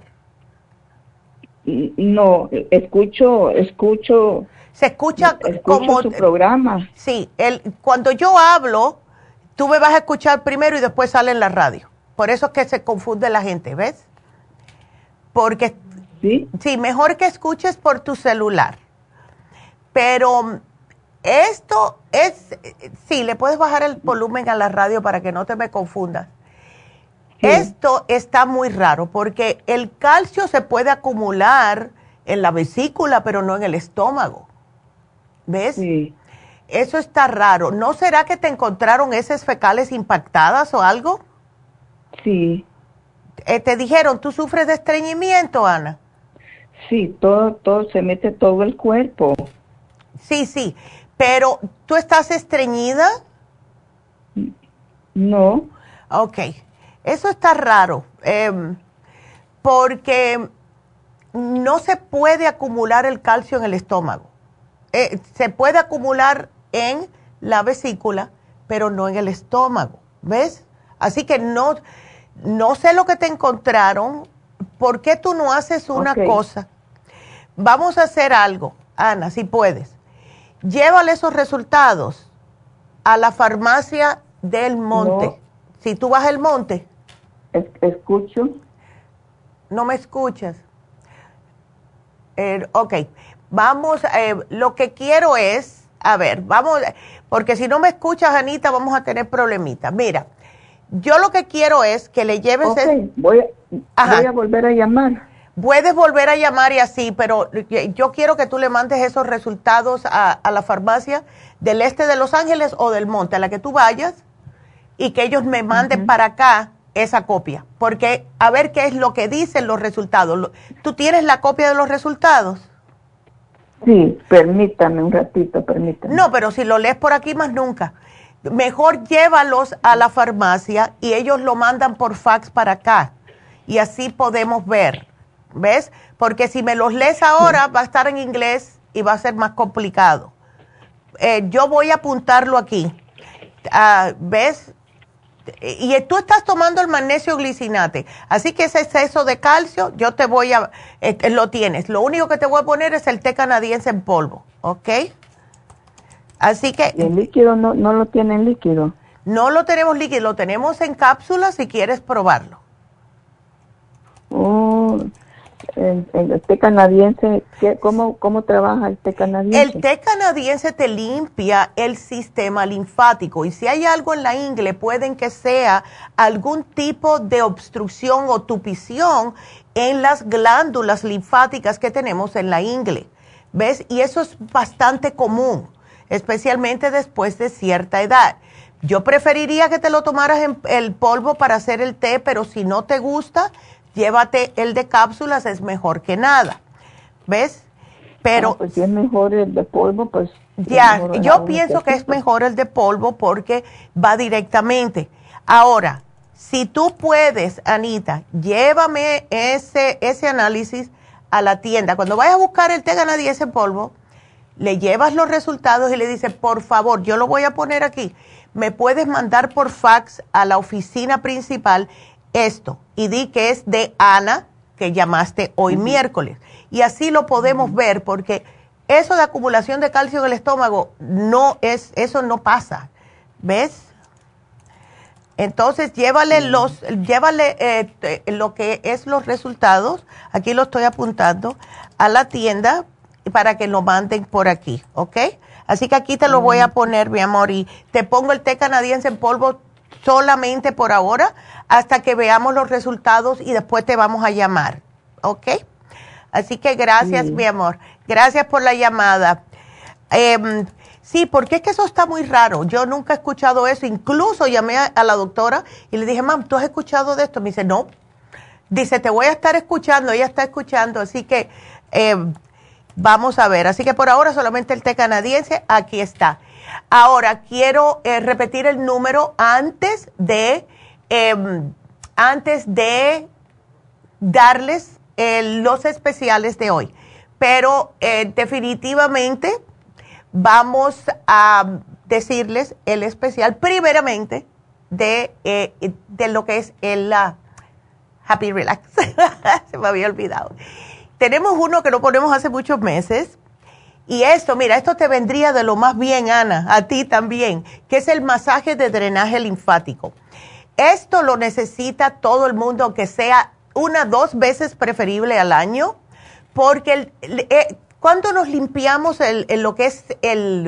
No, escucho. Se escucha como su programa. Sí, cuando yo hablo, tú me vas a escuchar primero y después sale en la radio. Por eso es que se confunde la gente, ¿ves? Porque ¿Sí? Sí, mejor que escuches por tu celular. Pero esto es, sí, le puedes bajar el volumen a la radio para que no te me confundas. Sí. Esto está muy raro porque el calcio se puede acumular en la vesícula, pero no en el estómago. ¿Ves? Sí. Eso está raro. ¿No será que te encontraron heces fecales impactadas o algo? Sí. Te dijeron, ¿tú sufres de estreñimiento, Ana? Sí, todo se mete todo el cuerpo. Sí, sí. Pero, ¿tú estás estreñida? No. Ok. Eso está raro. Porque no se puede acumular el calcio en el estómago. Se puede acumular en la vesícula, pero no en el estómago. ¿Ves? Así que no sé lo que te encontraron. ¿Por qué tú no haces una cosa? Vamos a hacer algo, Ana, si puedes. Llévale esos resultados a la farmacia del monte. No. Si tú vas al monte. Escucho. No me escuchas. Ok, vamos, lo que quiero es, a ver, vamos, porque si no me escuchas, Anita, vamos a tener problemitas. Mira, yo lo que quiero es que le lleves... Ok, voy a volver a llamar. Puedes volver a llamar y así, pero yo quiero que tú le mandes esos resultados a la farmacia del este de Los Ángeles o del monte, a la que tú vayas, y que ellos me manden para acá esa copia, porque a ver qué es lo que dicen los resultados. ¿Tú tienes la copia de los resultados? Sí, permítame un ratito, permítame. No, pero si lo lees por aquí más nunca. Mejor llévalos a la farmacia y ellos lo mandan por fax para acá y así podemos ver, ¿ves? Porque si me los lees ahora va a estar en inglés y va a ser más complicado. Yo voy a apuntarlo aquí, ¿ves? Y tú estás tomando el magnesio glicinate, así que ese exceso de calcio yo te voy a, lo tienes. Lo único que te voy a poner es el té canadiense en polvo, ¿ok? Así que... ¿Y el líquido no lo tienen líquido? No lo tenemos líquido, lo tenemos en cápsulas si quieres probarlo. Oh, el té canadiense, ¿cómo trabaja el té canadiense? El té canadiense te limpia el sistema linfático y si hay algo en la ingle pueden que sea algún tipo de obstrucción o tupición en las glándulas linfáticas que tenemos en la ingle, ¿ves? Y eso es bastante común, especialmente después de cierta edad. Yo preferiría que te lo tomaras en el polvo para hacer el té, pero si no te gusta, llévate el de cápsulas, es mejor que nada, ¿ves? Pero pues si es mejor el de polvo, pues... Ya, yo pienso que es mejor el de polvo porque va directamente. Ahora, si tú puedes, Anita, llévame ese análisis a la tienda. Cuando vayas a buscar el té canadiense en polvo, le llevas los resultados y le dices, por favor, yo lo voy a poner aquí, me puedes mandar por fax a la oficina principal esto, y di que es de Ana, que llamaste hoy miércoles. Y así lo podemos ver, porque eso de acumulación de calcio en el estómago, eso no pasa, ¿ves? Entonces, llévale lo que es los resultados, aquí lo estoy apuntando, a la tienda para que lo manden por aquí, ¿ok? Así que aquí te lo voy a poner, mi amor, y te pongo el té canadiense en polvo solamente por ahora, hasta que veamos los resultados y después te vamos a llamar, ¿ok? Así que gracias, mi amor. Gracias por la llamada. Sí, porque es que eso está muy raro. Yo nunca he escuchado eso. Incluso llamé a la doctora y le dije, mam, ¿tú has escuchado de esto? Me dice, no. Dice, te voy a estar escuchando. Ella está escuchando. Así que vamos a ver. Así que por ahora solamente el té canadiense. Aquí está. Ahora, quiero repetir el número antes de darles los especiales de hoy. Pero definitivamente vamos a decirles el especial primeramente de lo que es el Happy Relax. Se me había olvidado. Tenemos uno que lo ponemos hace muchos meses. Y esto, mira, esto te vendría de lo más bien, Ana, a ti también, que es el masaje de drenaje linfático. Esto lo necesita todo el mundo, aunque sea 1 o 2 veces preferible al año, porque Cuando nos limpiamos lo que es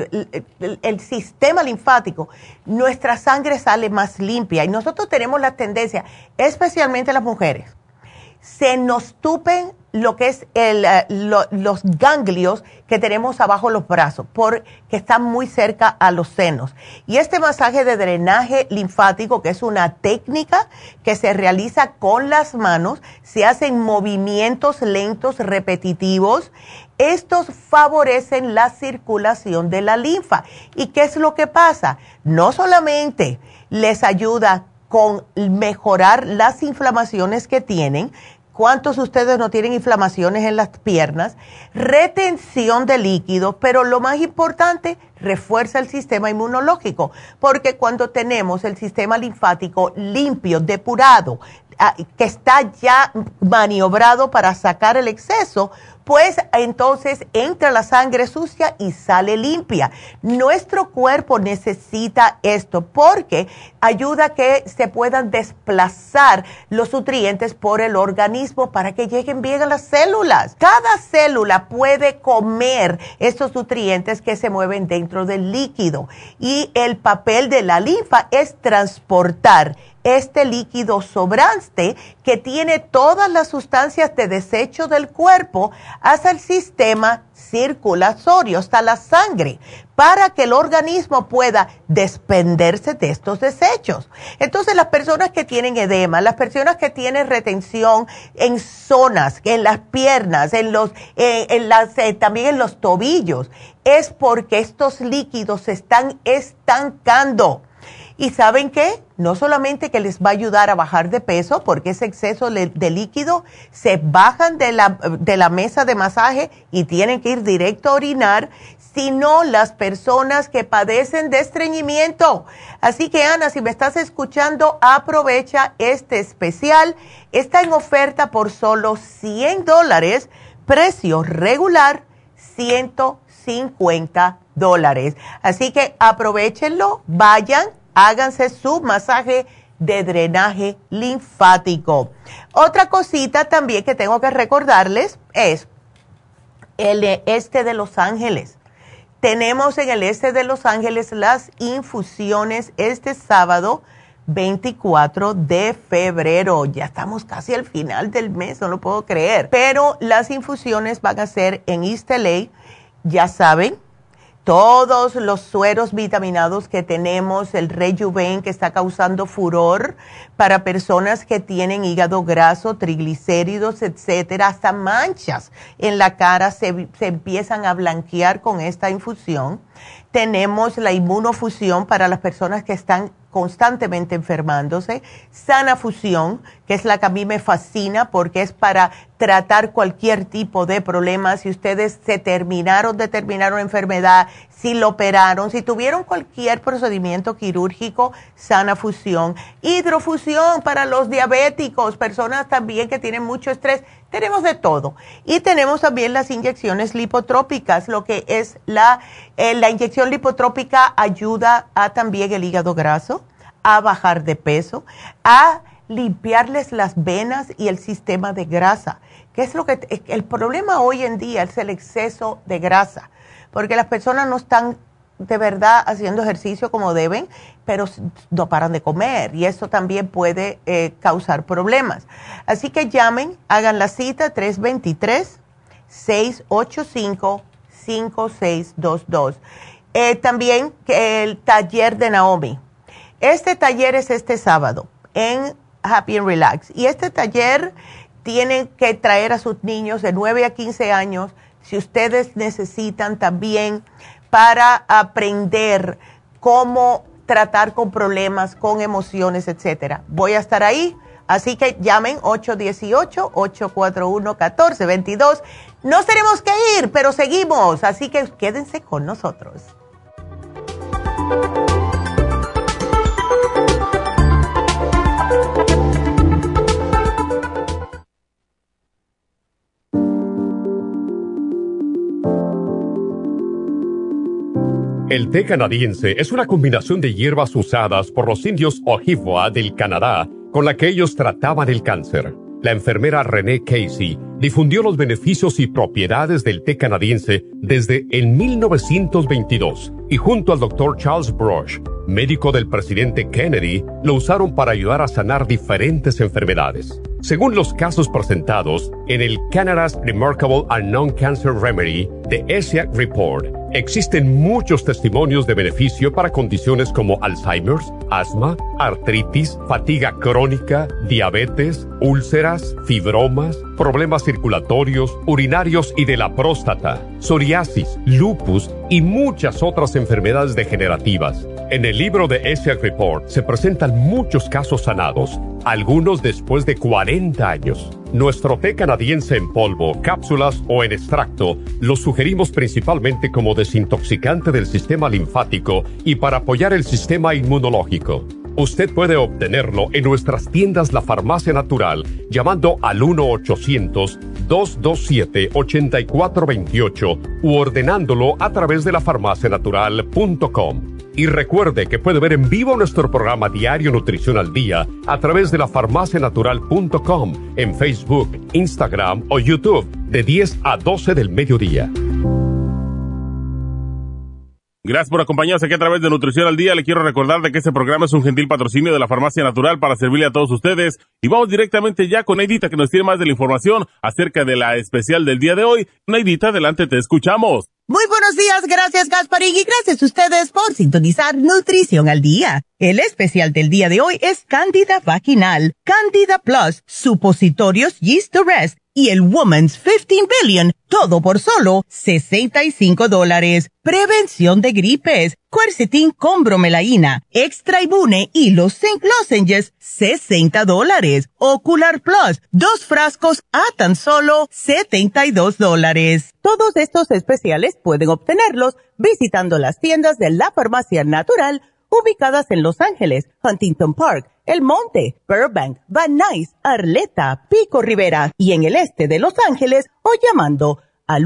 el sistema linfático, nuestra sangre sale más limpia. Y nosotros tenemos la tendencia, especialmente las mujeres, se nos tupen lo que es los ganglios que tenemos abajo los brazos, porque están muy cerca a los senos. Y este masaje de drenaje linfático, que es una técnica que se realiza con las manos, se hacen movimientos lentos, repetitivos. Estos favorecen la circulación de la linfa. ¿Y qué es lo que pasa? No solamente les ayuda con mejorar las inflamaciones que tienen. ¿Cuántos de ustedes no tienen inflamaciones en las piernas? Retención de líquidos, pero lo más importante, refuerza el sistema inmunológico, porque cuando tenemos el sistema linfático limpio, depurado, que está ya maniobrado para sacar el exceso, pues entonces entra la sangre sucia y sale limpia. Nuestro cuerpo necesita esto porque ayuda a que se puedan desplazar los nutrientes por el organismo para que lleguen bien a las células. Cada célula puede comer estos nutrientes que se mueven dentro del líquido y el papel de la linfa es transportar este líquido sobrante que tiene todas las sustancias de desecho del cuerpo hacia el sistema circulatorio, hasta la sangre, para que el organismo pueda desprenderse de estos desechos. Entonces, las personas que tienen edema, las personas que tienen retención en zonas, en las piernas, también en los tobillos, es porque estos líquidos se están estancando. ¿Y saben qué? No solamente que les va a ayudar a bajar de peso, porque ese exceso de líquido se bajan de la mesa de masaje y tienen que ir directo a orinar, sino las personas que padecen de estreñimiento. Así que, Ana, si me estás escuchando, aprovecha este especial. Está en oferta por solo $100, precio regular $150. Así que aprovechenlo, vayan. Háganse su masaje de drenaje linfático. Otra cosita también que tengo que recordarles es el este de Los Ángeles. Tenemos en el este de Los Ángeles las infusiones este sábado 24 de febrero. Ya estamos casi al final del mes, no lo puedo creer. Pero las infusiones van a ser en East LA, ya saben. Todos los sueros vitaminados que tenemos, el Rejuven que está causando furor para personas que tienen hígado graso, triglicéridos, etcétera, hasta manchas en la cara se empiezan a blanquear con esta infusión. Tenemos la inmunofusión para las personas que están constantemente enfermándose, Sana Fusión, que es la que a mí me fascina porque es para tratar cualquier tipo de problema. Si ustedes se terminaron una enfermedad, si lo operaron, si tuvieron cualquier procedimiento quirúrgico, Sana Fusión. Hidrofusión para los diabéticos, personas también que tienen mucho estrés. Tenemos de todo. Y tenemos también las inyecciones lipotrópicas, lo que es la inyección lipotrópica ayuda a también el hígado graso, a bajar de peso, a limpiarles las venas y el sistema de grasa. ¿Qué es lo que el problema hoy en día? Es el exceso de grasa, porque las personas no están de verdad haciendo ejercicio como deben, pero no paran de comer y eso también puede causar problemas. Así que llamen, hagan la cita 323-685-5622. También el taller de Naomi. Este taller es este sábado en Happy and Relax y este taller tienen que traer a sus niños de 9 a 15 años si ustedes necesitan también para aprender cómo tratar con problemas, con emociones, etcétera. Voy a estar ahí, así que llamen 818-841-1422. Nos tenemos que ir, pero seguimos, así que quédense con nosotros. El té canadiense es una combinación de hierbas usadas por los indios Ojibwa del Canadá con la que ellos trataban el cáncer. La enfermera Renee Casey difundió los beneficios y propiedades del té canadiense desde el 1922 y junto al Dr. Charles Brush, médico del presidente Kennedy, lo usaron para ayudar a sanar diferentes enfermedades. Según los casos presentados en el Canada's Remarkable and Non-Cancer Remedy de ESIAC Report, existen muchos testimonios de beneficio para condiciones como Alzheimer's, asma, artritis, fatiga crónica, diabetes, úlceras, fibromas, problemas circulatorios, urinarios y de la próstata, psoriasis, lupus y muchas otras enfermedades degenerativas. En el libro de ESIAC Report se presentan muchos casos sanados, algunos después de 40 años. Nuestro té canadiense en polvo, cápsulas o en extracto lo sugerimos principalmente como desintoxicante del sistema linfático y para apoyar el sistema inmunológico. Usted puede obtenerlo en nuestras tiendas La Farmacia Natural llamando al 1-800-227-8428 u ordenándolo a través de lafarmacianatural.com. Y recuerde que puede ver en vivo nuestro programa Diario Nutrición al Día a través de lafarmacianatural.com en Facebook, Instagram o YouTube de 10 a 12 del mediodía. Gracias por acompañarnos aquí a través de Nutrición al Día. Le quiero recordar de que este programa es un gentil patrocinio de la Farmacia Natural para servirle a todos ustedes. Y vamos directamente ya con Neidita, que nos tiene más de la información acerca de la especial del día de hoy. Neidita, adelante, te escuchamos. Muy buenos días, gracias Gasparín y gracias a ustedes por sintonizar Nutrición al Día. El especial del día de hoy es Candida Vaginal, Candida Plus, Supositorios Yeast Arrest y el Woman's 15 Billion, todo por solo $65. Prevención de gripes, Quercetin con bromelaína, Extra Ibune y los Zinc Lozenges, $60. Ocular Plus, 2 frascos a tan solo $72. Todos estos especiales pueden obtenerlos visitando las tiendas de la Farmacia Natural ubicadas en Los Ángeles, Huntington Park, El Monte, Burbank, Van Nuys, Arleta, Pico Rivera y en el este de Los Ángeles o llamando al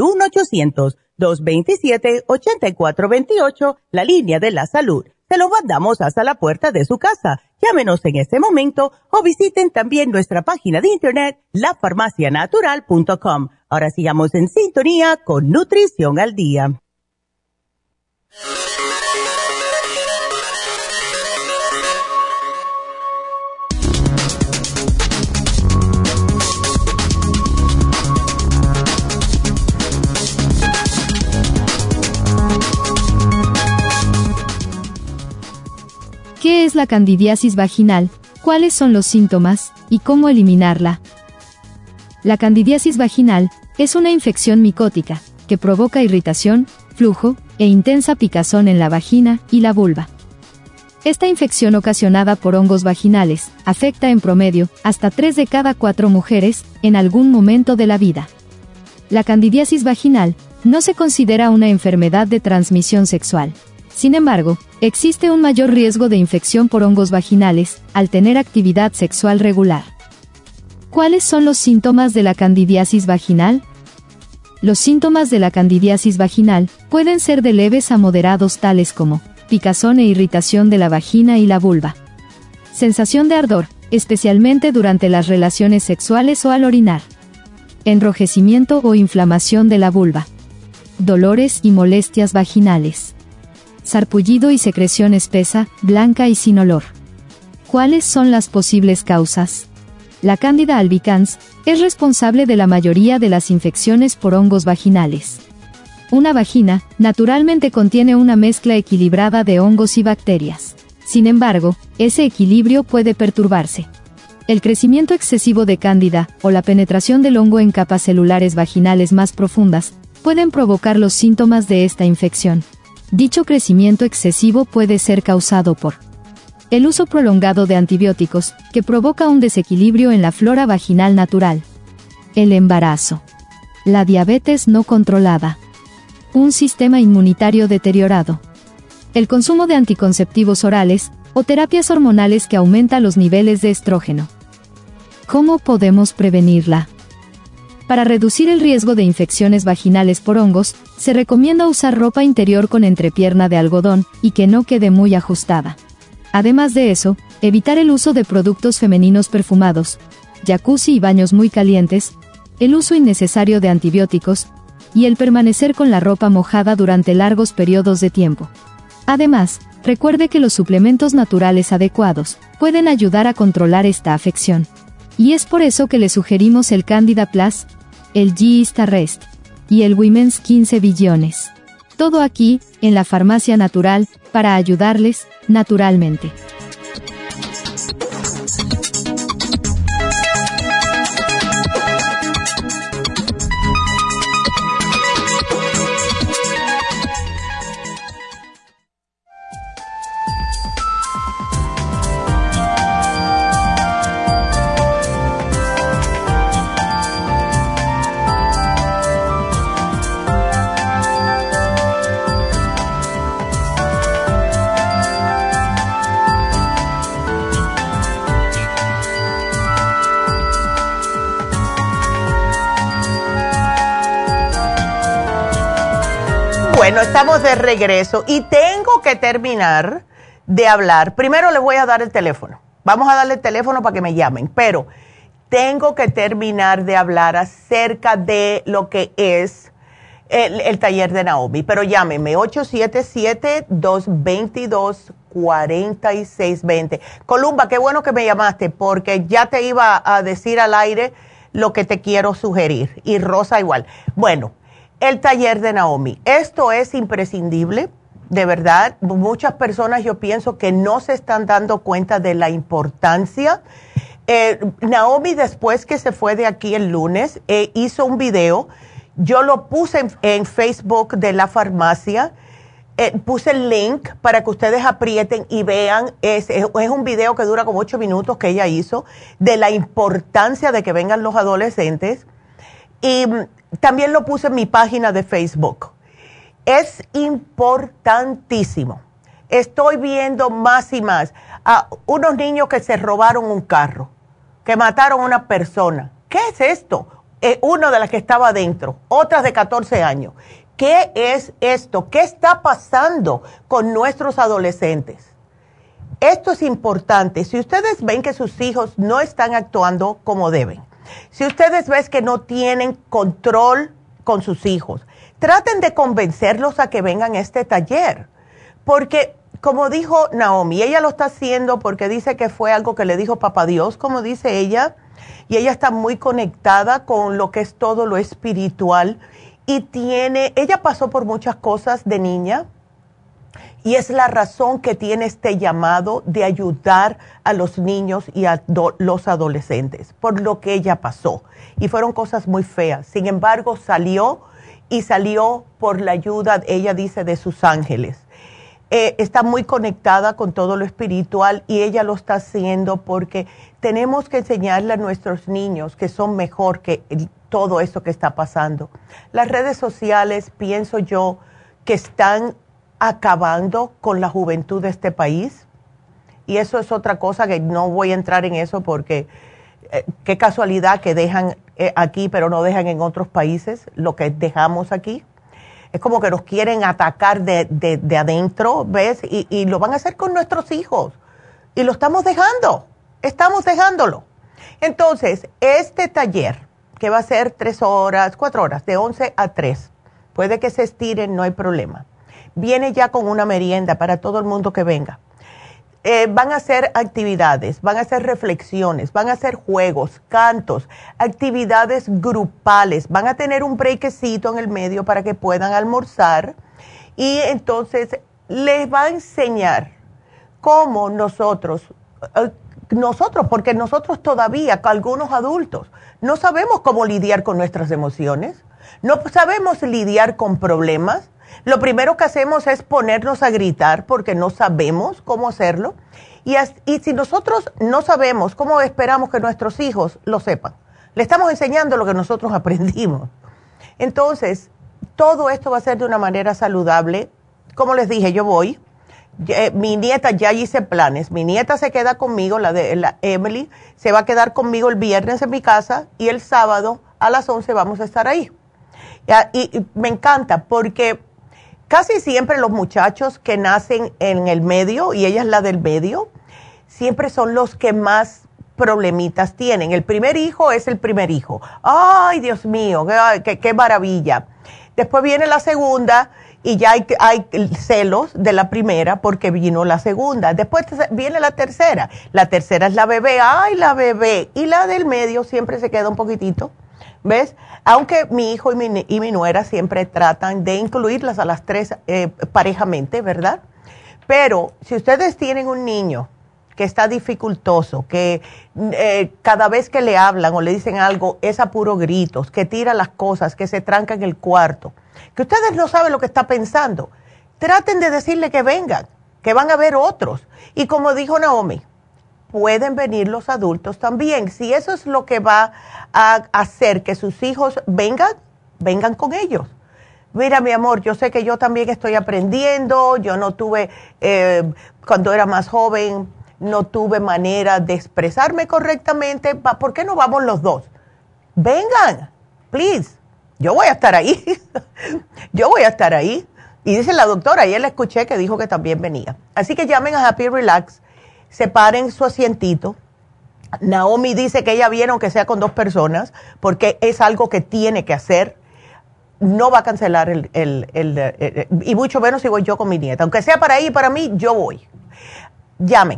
1-800-227-8428, la línea de la salud. Se lo mandamos hasta la puerta de su casa. Llámenos en este momento o visiten también nuestra página de internet, lafarmacianatural.com. Ahora sigamos en sintonía con Nutrición al Día. ¿Qué es la candidiasis vaginal? ¿Cuáles son los síntomas? ¿Y cómo eliminarla? La candidiasis vaginal es una infección micótica que provoca irritación, flujo e intensa picazón en la vagina y la vulva. Esta infección ocasionada por hongos vaginales afecta en promedio hasta 3 de cada 4 mujeres en algún momento de la vida. La candidiasis vaginal no se considera una enfermedad de transmisión sexual. Sin embargo, existe un mayor riesgo de infección por hongos vaginales al tener actividad sexual regular. ¿Cuáles son los síntomas de la candidiasis vaginal? Los síntomas de la candidiasis vaginal pueden ser de leves a moderados, tales como picazón e irritación de la vagina y la vulva, sensación de ardor, especialmente durante las relaciones sexuales o al orinar, enrojecimiento o inflamación de la vulva, dolores y molestias vaginales, sarpullido y secreción espesa, blanca y sin olor. ¿Cuáles son las posibles causas? La Candida albicans es responsable de la mayoría de las infecciones por hongos vaginales. Una vagina, naturalmente contiene una mezcla equilibrada de hongos y bacterias. Sin embargo, ese equilibrio puede perturbarse. El crecimiento excesivo de Cándida, o la penetración del hongo en capas celulares vaginales más profundas, pueden provocar los síntomas de esta infección. Dicho crecimiento excesivo puede ser causado por el uso prolongado de antibióticos, que provoca un desequilibrio en la flora vaginal natural, el embarazo, la diabetes no controlada, un sistema inmunitario deteriorado, el consumo de anticonceptivos orales o terapias hormonales que aumentan los niveles de estrógeno. ¿Cómo podemos prevenirla? Para reducir el riesgo de infecciones vaginales por hongos, se recomienda usar ropa interior con entrepierna de algodón y que no quede muy ajustada. Además de eso, evitar el uso de productos femeninos perfumados, jacuzzi y baños muy calientes, el uso innecesario de antibióticos y el permanecer con la ropa mojada durante largos periodos de tiempo. Además, recuerde que los suplementos naturales adecuados pueden ayudar a controlar esta afección. Y es por eso que le sugerimos el Candida Plus, el G-Ista Rest y el Women's 15 Billones. Todo aquí, en la Farmacia Natural, para ayudarles, naturalmente. Bueno, estamos de regreso y tengo que terminar de hablar. Primero les voy a dar el teléfono. Vamos a darle el teléfono para que me llamen, pero tengo que terminar de hablar acerca de lo que es el taller de Naomi. Pero llámenme, 877-222-4620. Columba, qué bueno que me llamaste porque ya te iba a decir al aire lo que te quiero sugerir. Y Rosa igual. Bueno. El taller de Naomi. Esto es imprescindible, de verdad. Muchas personas yo pienso que no se están dando cuenta de la importancia. Naomi, después que se fue de aquí el lunes, hizo un video. Yo lo puse en Facebook de la farmacia. Puse el link para que ustedes aprieten y vean. Es un video que dura como 8 minutos que ella hizo de la importancia de que vengan los adolescentes. Y también lo puse en mi página de Facebook. Es importantísimo. Estoy viendo más y más a unos niños que se robaron un carro, que mataron a una persona. ¿Qué es esto? Una de las que estaba adentro, otras de 14 años. ¿Qué es esto? ¿Qué está pasando con nuestros adolescentes? Esto es importante. Si ustedes ven que sus hijos no están actuando como deben, si ustedes ven que no tienen control con sus hijos, traten de convencerlos a que vengan a este taller. Porque, como dijo Naomi, ella lo está haciendo porque dice que fue algo que le dijo Papá Dios, como dice ella, y ella está muy conectada con lo que es todo lo espiritual. Y ella pasó por muchas cosas de niña. Y es la razón que tiene este llamado de ayudar a los niños y a los adolescentes, por lo que ella pasó. Y fueron cosas muy feas. Sin embargo, salió por la ayuda, ella dice, de sus ángeles. Está muy conectada con todo lo espiritual y ella lo está haciendo porque tenemos que enseñarle a nuestros niños que son mejor que todo eso que está pasando. Las redes sociales, pienso yo, que están acabando con la juventud de este país. Y eso es otra cosa que no voy a entrar en eso porque qué casualidad que dejan aquí pero no dejan en otros países lo que dejamos aquí. Es como que nos quieren atacar de adentro, ¿ves? Y lo van a hacer con nuestros hijos. Y lo estamos dejándolo. Entonces, este taller, que va a ser 3 horas, 4 horas, de 11 a 3, puede que se estiren, no hay problema. Viene ya con una merienda para todo el mundo que venga. Van a hacer actividades, van a hacer reflexiones, van a hacer juegos, cantos, actividades grupales. Van a tener un breakcito en el medio para que puedan almorzar. Y entonces les va a enseñar cómo nosotros, porque nosotros todavía, algunos adultos, no sabemos cómo lidiar con nuestras emociones, no sabemos lidiar con problemas. Lo primero que hacemos es ponernos a gritar porque no sabemos cómo hacerlo. Y si nosotros no sabemos, ¿cómo esperamos que nuestros hijos lo sepan? Le estamos enseñando lo que nosotros aprendimos. Entonces, todo esto va a ser de una manera saludable. Como les dije, yo voy. Mi nieta, ya hice planes. Mi nieta se queda conmigo, la Emily, se va a quedar conmigo el viernes en mi casa y el sábado a las 11 vamos a estar ahí. Y me encanta porque casi siempre los muchachos que nacen en el medio, y ella es la del medio, siempre son los que más problemitas tienen. El primer hijo es el primer hijo. ¡Ay, Dios mío! ¡Qué maravilla! Después viene la segunda y ya hay celos de la primera porque vino la segunda. Después viene la tercera. La tercera es la bebé. ¡Ay, la bebé! Y la del medio siempre se queda un poquitito. ¿Ves? Aunque mi hijo y mi nuera siempre tratan de incluirlas a las tres parejamente, ¿verdad? Pero si ustedes tienen un niño que está dificultoso, que cada vez que le hablan o le dicen algo es a puro gritos, que tira las cosas, que se tranca en el cuarto, que ustedes no saben lo que está pensando, traten de decirle que vengan, que van a ver otros. Y como dijo Naomi, pueden venir los adultos también. Si eso es lo que va a hacer que sus hijos vengan con ellos. Mira, mi amor, yo sé que yo también estoy aprendiendo, yo no tuve, cuando era más joven, no tuve manera de expresarme correctamente. ¿Por qué no vamos los dos? Vengan, please. Yo voy a estar ahí. Yo voy a estar ahí. Y dice la doctora, ayer la escuché que dijo que también venía. Así que llamen a Happy Relax, separen su asientito. Naomi dice que ella viene aunque sea con 2 personas, porque es algo que tiene que hacer. No va a cancelar y mucho menos si voy yo con mi nieta. Aunque sea para ella y para mí, yo voy. Llamen.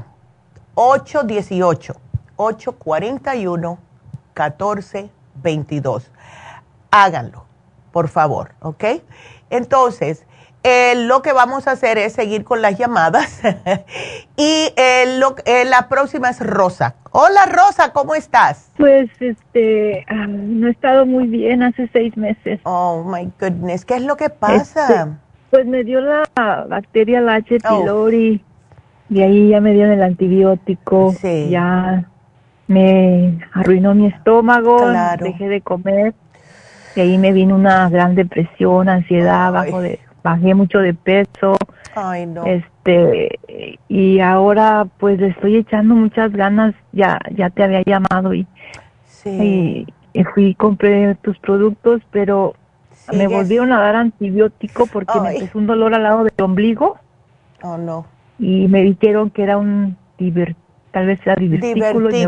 818-841-1422. Háganlo, por favor, ¿ok? Entonces, lo que vamos a hacer es seguir con las llamadas. Y la próxima es Rosa. Hola, Rosa, ¿cómo estás? Pues, no he estado muy bien hace 6 meses. Oh, my goodness. ¿Qué es lo que pasa? Pues me dio la bacteria la H. pylori. Y ahí ya me dieron el antibiótico. Sí. Ya me arruinó mi estómago. Claro. Dejé de comer. Y ahí me vino una gran depresión, ansiedad, bajé mucho de peso. Ay, no. Y ahora pues le estoy echando muchas ganas. Ya te había llamado y fui y compré tus productos, pero me volvieron a dar antibiótico porque me empezó un dolor al lado del ombligo. Oh, no. Y me dijeron que era tal vez era divertículo. Y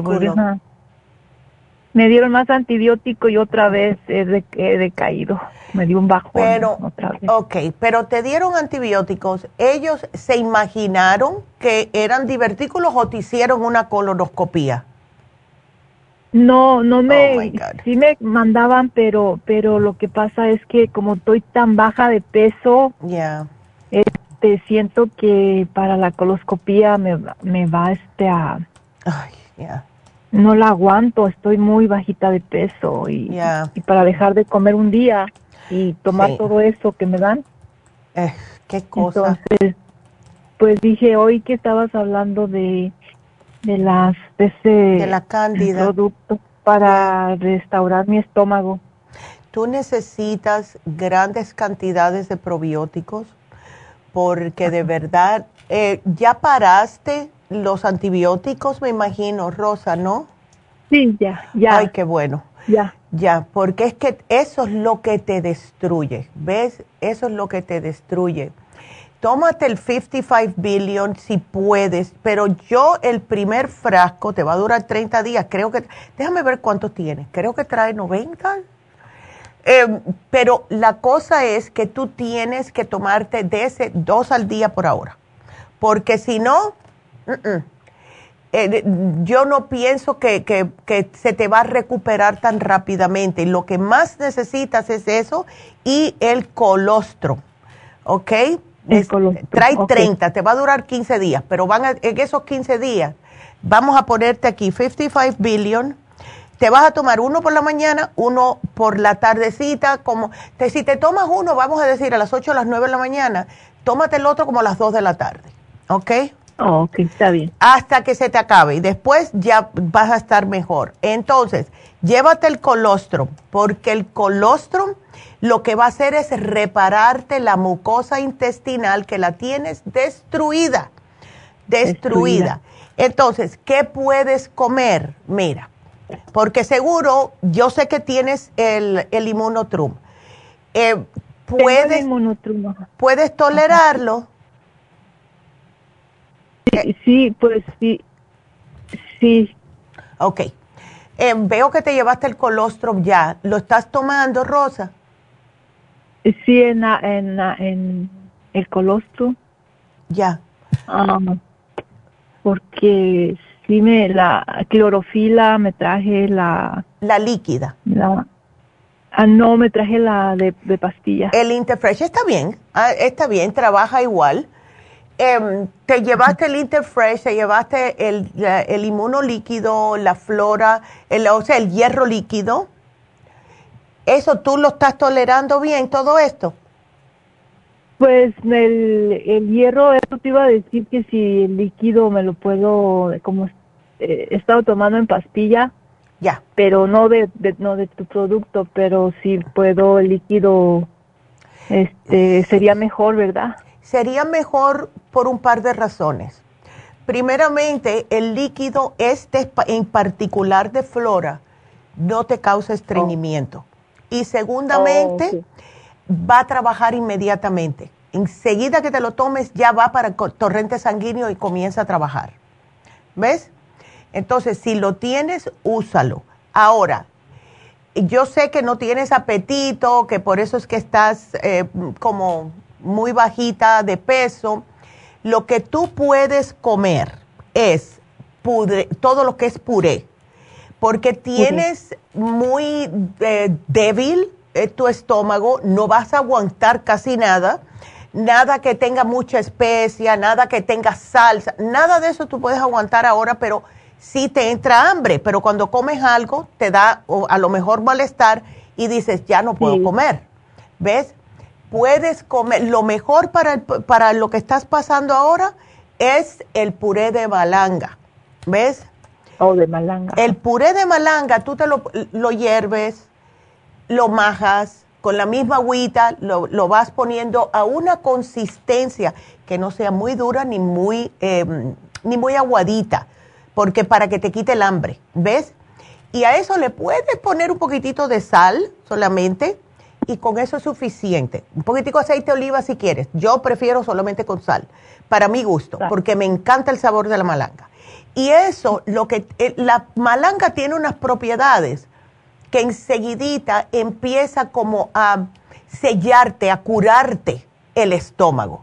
me dieron más antibiótico y otra vez he decaído. Me dio un bajón otra vez. Ok, pero te dieron antibióticos. ¿Ellos se imaginaron que eran divertículos o te hicieron una colonoscopía? No sí me mandaban, pero lo que pasa es que como estoy tan baja de peso, siento que para la coloscopía me va no la aguanto, estoy muy bajita de peso y para dejar de comer un día y tomar todo eso que me dan. Qué cosa. Entonces, pues dije hoy que estabas hablando de la cándida, producto para restaurar mi estómago. Tú necesitas grandes cantidades de probióticos porque de verdad, ya paraste los antibióticos, me imagino, Rosa, ¿no? Sí, ya. Ay, qué bueno. Ya, porque es que eso es lo que te destruye, ¿ves? Eso es lo que te destruye. Tómate el 55 billion si puedes, pero el primer frasco te va a durar 30 días, déjame ver cuánto tienes, creo que trae 90. Pero la cosa es que tú tienes que tomarte de ese 2 al día por ahora, porque si no, yo no pienso que se te va a recuperar tan rápidamente. Lo que más necesitas es eso y el colostrum, ¿ok? Trae 30, te va a durar 15 días, pero en esos 15 días vamos a ponerte aquí 55 billion. Te vas a tomar uno por la mañana, uno por la tardecita, si te tomas uno, vamos a decir a las 8 o las 9 de la mañana, tómate el otro como a las 2 de la tarde, ¿ok? Ok, está bien. Hasta que se te acabe y después ya vas a estar mejor. Entonces, llévate el colostrum, porque el colostrum lo que va a hacer es repararte la mucosa intestinal que la tienes destruida. Entonces, ¿qué puedes comer? Mira, porque seguro, yo sé que tienes el Immunotrum. ¿Puedes tolerarlo? Sí, pues sí. Ok. Veo que te llevaste el colostrum ya. ¿Lo estás tomando, Rosa? Sí, en el colostrum. Ya. Porque sí la clorofila me traje la líquida. No, me traje la de pastilla. El Interfresh está bien, trabaja igual. Te llevaste el Interfresh, te llevaste el inmunolíquido, la flora, o sea, el hierro líquido. ¿Eso tú lo estás tolerando bien, todo esto? Pues el hierro, eso te iba a decir que si el líquido me lo puedo, como he estado tomando en pastilla. Ya. Pero no de tu producto, pero si puedo el líquido, sería mejor, ¿verdad? Sería mejor por un par de razones. Primeramente, el líquido en particular de flora no te causa estreñimiento. Y segundamente, va a trabajar inmediatamente. Enseguida que te lo tomes, ya va para el torrente sanguíneo y comienza a trabajar. ¿Ves? Entonces, si lo tienes, úsalo. Ahora, yo sé que no tienes apetito, que por eso es que estás como muy bajita de peso. Lo que tú puedes comer es todo lo que es puré, porque tienes muy débil tu estómago, no vas a aguantar casi nada que tenga mucha especia, nada que tenga salsa, nada de eso tú puedes aguantar ahora, pero sí te entra hambre, pero cuando comes algo te da a lo mejor malestar y dices, ya no puedo comer, ¿ves? Puedes comer, lo mejor para lo que estás pasando ahora es el puré de malanga, ¿ves? De malanga. El puré de malanga, tú te lo hierves, lo majas con la misma agüita, lo vas poniendo a una consistencia que no sea muy dura ni muy aguadita, porque para que te quite el hambre, ¿ves? Y a eso le puedes poner un poquitito de sal solamente y con eso es suficiente. Un poquitico de aceite de oliva si quieres. Yo prefiero solamente con sal, para mi gusto, porque me encanta el sabor de la malanga. Y eso, la malanga tiene unas propiedades que enseguidita empieza como a sellarte, a curarte el estómago.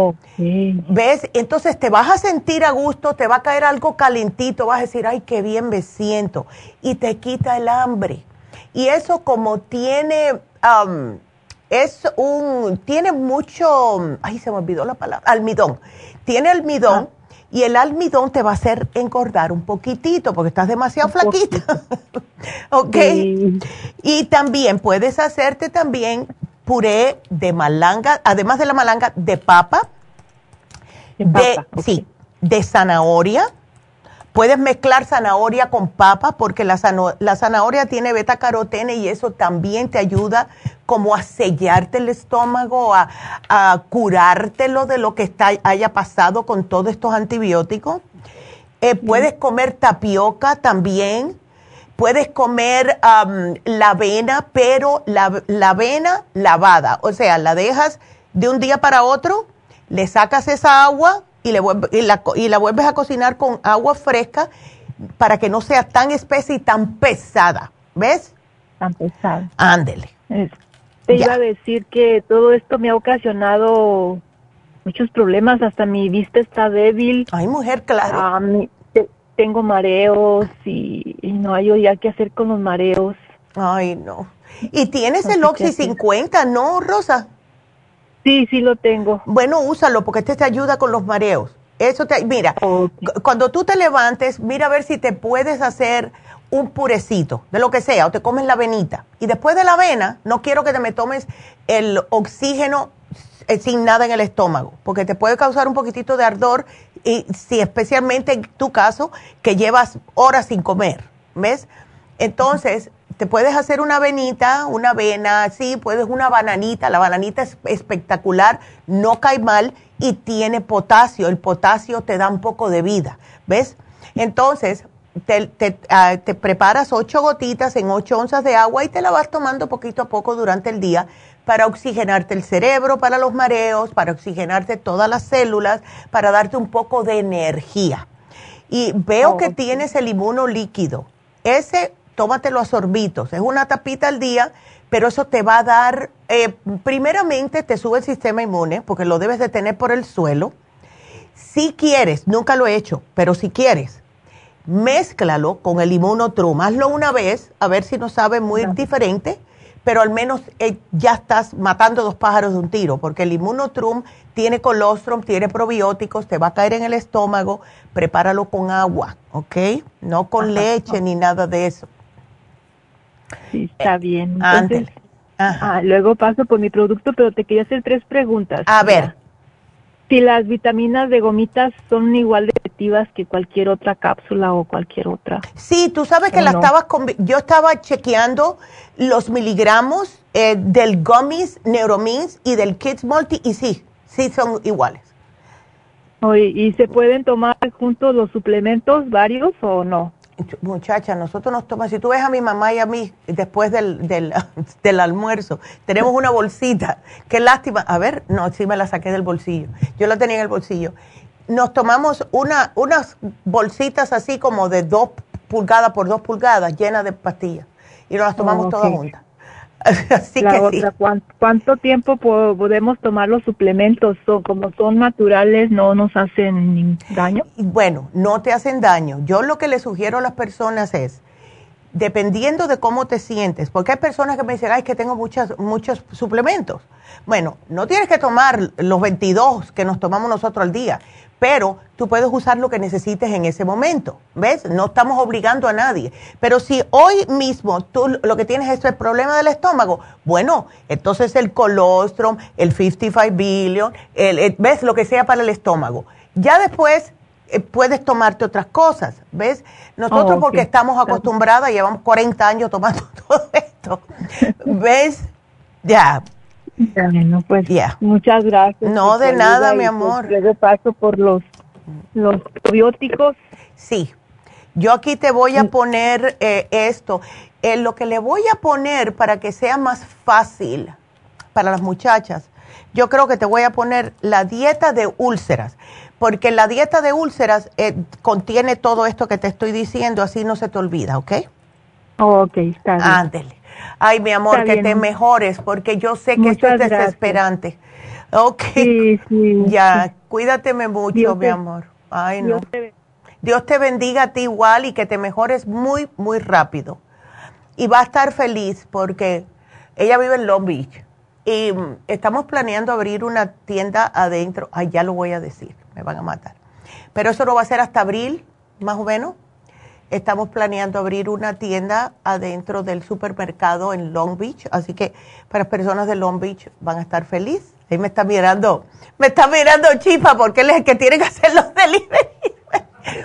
¿Ves? Entonces te vas a sentir a gusto, te va a caer algo calentito, vas a decir, ay, qué bien me siento, y te quita el hambre. Y eso como tiene, tiene mucho, ay, se me olvidó la palabra, almidón. Tiene almidón y el almidón te va a hacer engordar un poquitito porque estás demasiado flaquita. ¿Ok? Sí. Y también puedes hacerte también puré de malanga, además de la malanga, de papa, sí, de zanahoria. Puedes mezclar zanahoria con papa porque la zanahoria tiene beta carotene y eso también te ayuda como a sellarte el estómago, a curártelo de lo que haya pasado con todos estos antibióticos. Puedes comer tapioca también. Puedes comer la avena, pero la avena lavada. O sea, la dejas de un día para otro, le sacas esa agua y la vuelves a cocinar con agua fresca para que no sea tan espesa y tan pesada. ¿Ves? Tan pesada. Ándele. Te iba a decir que todo esto me ha ocasionado muchos problemas. Hasta mi vista está débil. Ay, mujer, claro. Tengo mareos y no hay ya qué hacer con los mareos. Ay, no. Y tienes el Oxy 50, ¿no, Rosa? Sí, sí lo tengo. Bueno, úsalo porque este te ayuda con los mareos. Mira, cuando tú te levantes, mira a ver si te puedes hacer un purecito, de lo que sea, o te comes la avenita. Y después de la avena, no quiero que te me tomes el oxígeno sin nada en el estómago, porque te puede causar un poquitito de ardor, y si especialmente en tu caso, que llevas horas sin comer, ¿ves? Entonces, te puedes hacer una avenita, una avena, sí, puedes una bananita. La bananita es espectacular, no cae mal y tiene potasio. El potasio te da un poco de vida, ¿ves? Entonces, te preparas 8 gotitas en 8 onzas de agua y te la vas tomando poquito a poco durante el día para oxigenarte el cerebro, para los mareos, para oxigenarte todas las células, para darte un poco de energía. Y veo que tienes el inmunolíquido. Ese, tómatelo a sorbitos. Es una tapita al día, pero eso te va a dar, primeramente te sube el sistema inmune, porque lo debes de tener por el suelo. Si quieres, nunca lo he hecho, pero si quieres, mézclalo con el Immunotrum. Hazlo una vez, a ver si no sabe muy diferente, pero al menos ya estás matando 2 pájaros de un tiro, porque el Immunotrum tiene colostrum, tiene probióticos, te va a caer en el estómago. Prepáralo con agua, ¿ok? No con leche ni nada de eso. Sí, está bien. Entonces, luego paso por mi producto, pero te quería hacer 3 preguntas. A ver. Si las vitaminas de gomitas son igual de efectivas que cualquier otra cápsula o cualquier otra. Sí, tú sabes que yo estaba chequeando los miligramos del Gummies, Neuromins y del Kids Multi, y sí son iguales. ¿Y se pueden tomar juntos los suplementos varios o no? Muchacha, nosotros nos tomamos, si tú ves a mi mamá y a mí después del almuerzo, tenemos una bolsita, qué lástima, a ver, no, sí me la saqué del bolsillo, yo la tenía en el bolsillo, nos tomamos unas bolsitas así como de 2 pulgadas por 2 pulgadas llenas de pastillas y nos las tomamos todas juntas. Así la que otra, sí. ¿Cuánto tiempo podemos tomar los suplementos? Como son naturales, ¿no nos hacen daño? Bueno, no te hacen daño. Yo lo que le sugiero a las personas es, dependiendo de cómo te sientes, porque hay personas que me dicen, ay, que tengo muchos suplementos. Bueno, no tienes que tomar los 22 que nos tomamos nosotros al día, pero tú puedes usar lo que necesites en ese momento, ¿ves? No estamos obligando a nadie. Pero si hoy mismo tú lo que tienes es el problema del estómago, bueno, entonces el colostrum, el 55 billion, ¿ves? Lo que sea para el estómago. Ya después puedes tomarte otras cosas, ¿ves? Nosotros porque estamos acostumbradas, llevamos 40 años tomando todo esto, ¿ves? Ya. Bueno, pues muchas gracias. No, de nada, mi amor. Luego paso por los probióticos. Sí, yo aquí te voy a poner esto. Lo que le voy a poner para que sea más fácil para las muchachas, yo creo que te voy a poner la dieta de úlceras, porque la dieta de úlceras contiene todo esto que te estoy diciendo, así no se te olvida, ¿ok? Ok, está bien. Ándele. Ay, mi amor, está que bien. Te mejores, porque yo sé que esto es desesperante. Ok. Sí. Ya, cuídateme mucho, mi amor. Ay, no. Dios te bendiga a ti igual y que te mejores muy, muy rápido. Y va a estar feliz porque ella vive en Long Beach. Y estamos planeando abrir una tienda adentro. Ay, ya lo voy a decir, me van a matar. Pero eso no va a ser hasta abril, más o menos. Estamos planeando abrir una tienda adentro del supermercado en Long Beach, así que para las personas de Long Beach van a estar felices. Ahí me está mirando Chifa, porque él es el que tiene que hacer los delivery.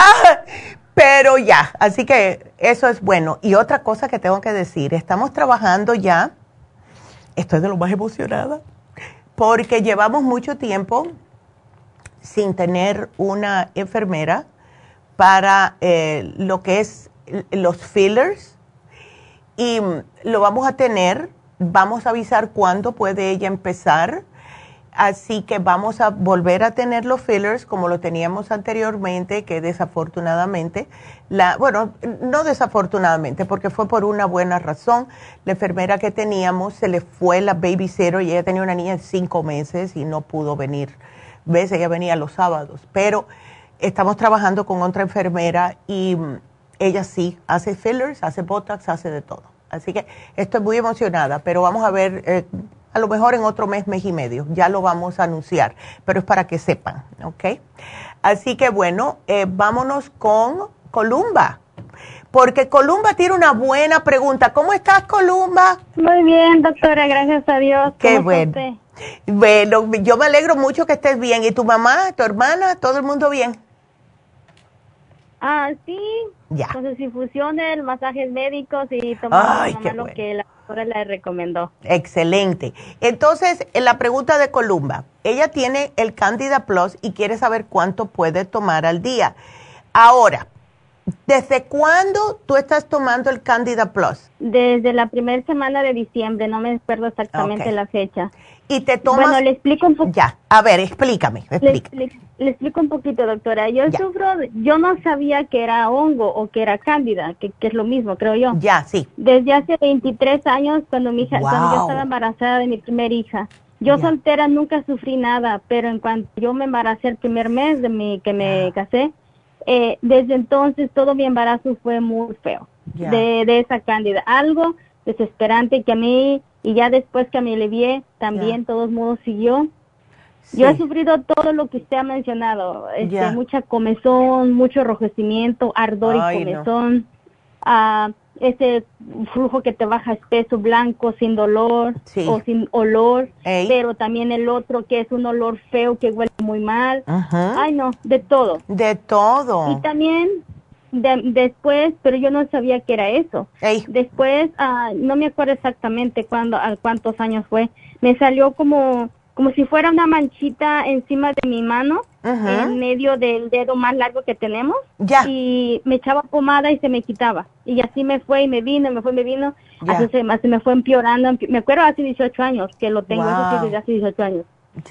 Pero ya, así que eso es bueno. Y otra cosa que tengo que decir, estamos trabajando ya, estoy de lo más emocionada, porque llevamos mucho tiempo sin tener una enfermera para lo que es los fillers, y lo vamos a tener, vamos a avisar cuándo puede ella empezar, así que vamos a volver a tener los fillers como lo teníamos anteriormente, que desafortunadamente, bueno, no desafortunadamente, porque fue por una buena razón, la enfermera que teníamos se le fue la babysitter y ella tenía una niña de 5 meses y no pudo venir, ¿ves? Ella venía los sábados, pero estamos trabajando con otra enfermera y ella sí hace fillers, hace botox, hace de todo. Así que estoy muy emocionada, pero vamos a ver, a lo mejor en otro mes y medio, ya lo vamos a anunciar, pero es para que sepan, ¿ok? Así que bueno, vámonos con Columba, porque Columba tiene una buena pregunta. ¿Cómo estás, Columba? Muy bien, doctora, gracias a Dios. Qué bueno. Bueno, yo me alegro mucho que estés bien. ¿Y tu mamá, tu hermana, todo el mundo bien? Sí. Ya. Con sus infusiones, masajes médicos y tomando lo que la doctora le recomendó. Excelente. Entonces, la pregunta de Columba. Ella tiene el Candida Plus y quiere saber cuánto puede tomar al día. Ahora, ¿Desde cuándo tú estás tomando el Candida Plus? Desde la primera semana de diciembre, no me acuerdo exactamente la fecha. ¿Y te tomas? Bueno, le explico un poco. Ya, a ver, explícame. Le explico un poquito, doctora. Yo yo no sabía que era hongo o que era cándida, que es lo mismo, creo yo. Ya, sí. Desde hace 23 años, cuando mi hija, cuando yo estaba embarazada de mi primera hija. Yo soltera nunca sufrí nada, pero en cuanto yo me embaracé el primer mes que me casé, desde entonces todo mi embarazo fue muy feo de esa cándida. Algo desesperante que a mí, y ya después que me alivié, también todos modos siguió. Sí. Yo he sufrido todo lo que usted ha mencionado, mucha comezón, mucho enrojecimiento, ardor y comezón, ese flujo que te baja espeso, blanco, sin dolor o sin olor, pero también el otro que es un olor feo que huele muy mal. Ay, no, de todo. De todo. Y también después, pero yo no sabía que era eso. Después, no me acuerdo exactamente cuántos años fue, me salió como si fuera una manchita encima de mi mano, en medio del dedo más largo que tenemos, y me echaba pomada y se me quitaba, y así me fue y me vino, así se me fue empeorando. Me acuerdo hace 18 años que lo tengo, eso sí, desde hace 18 años.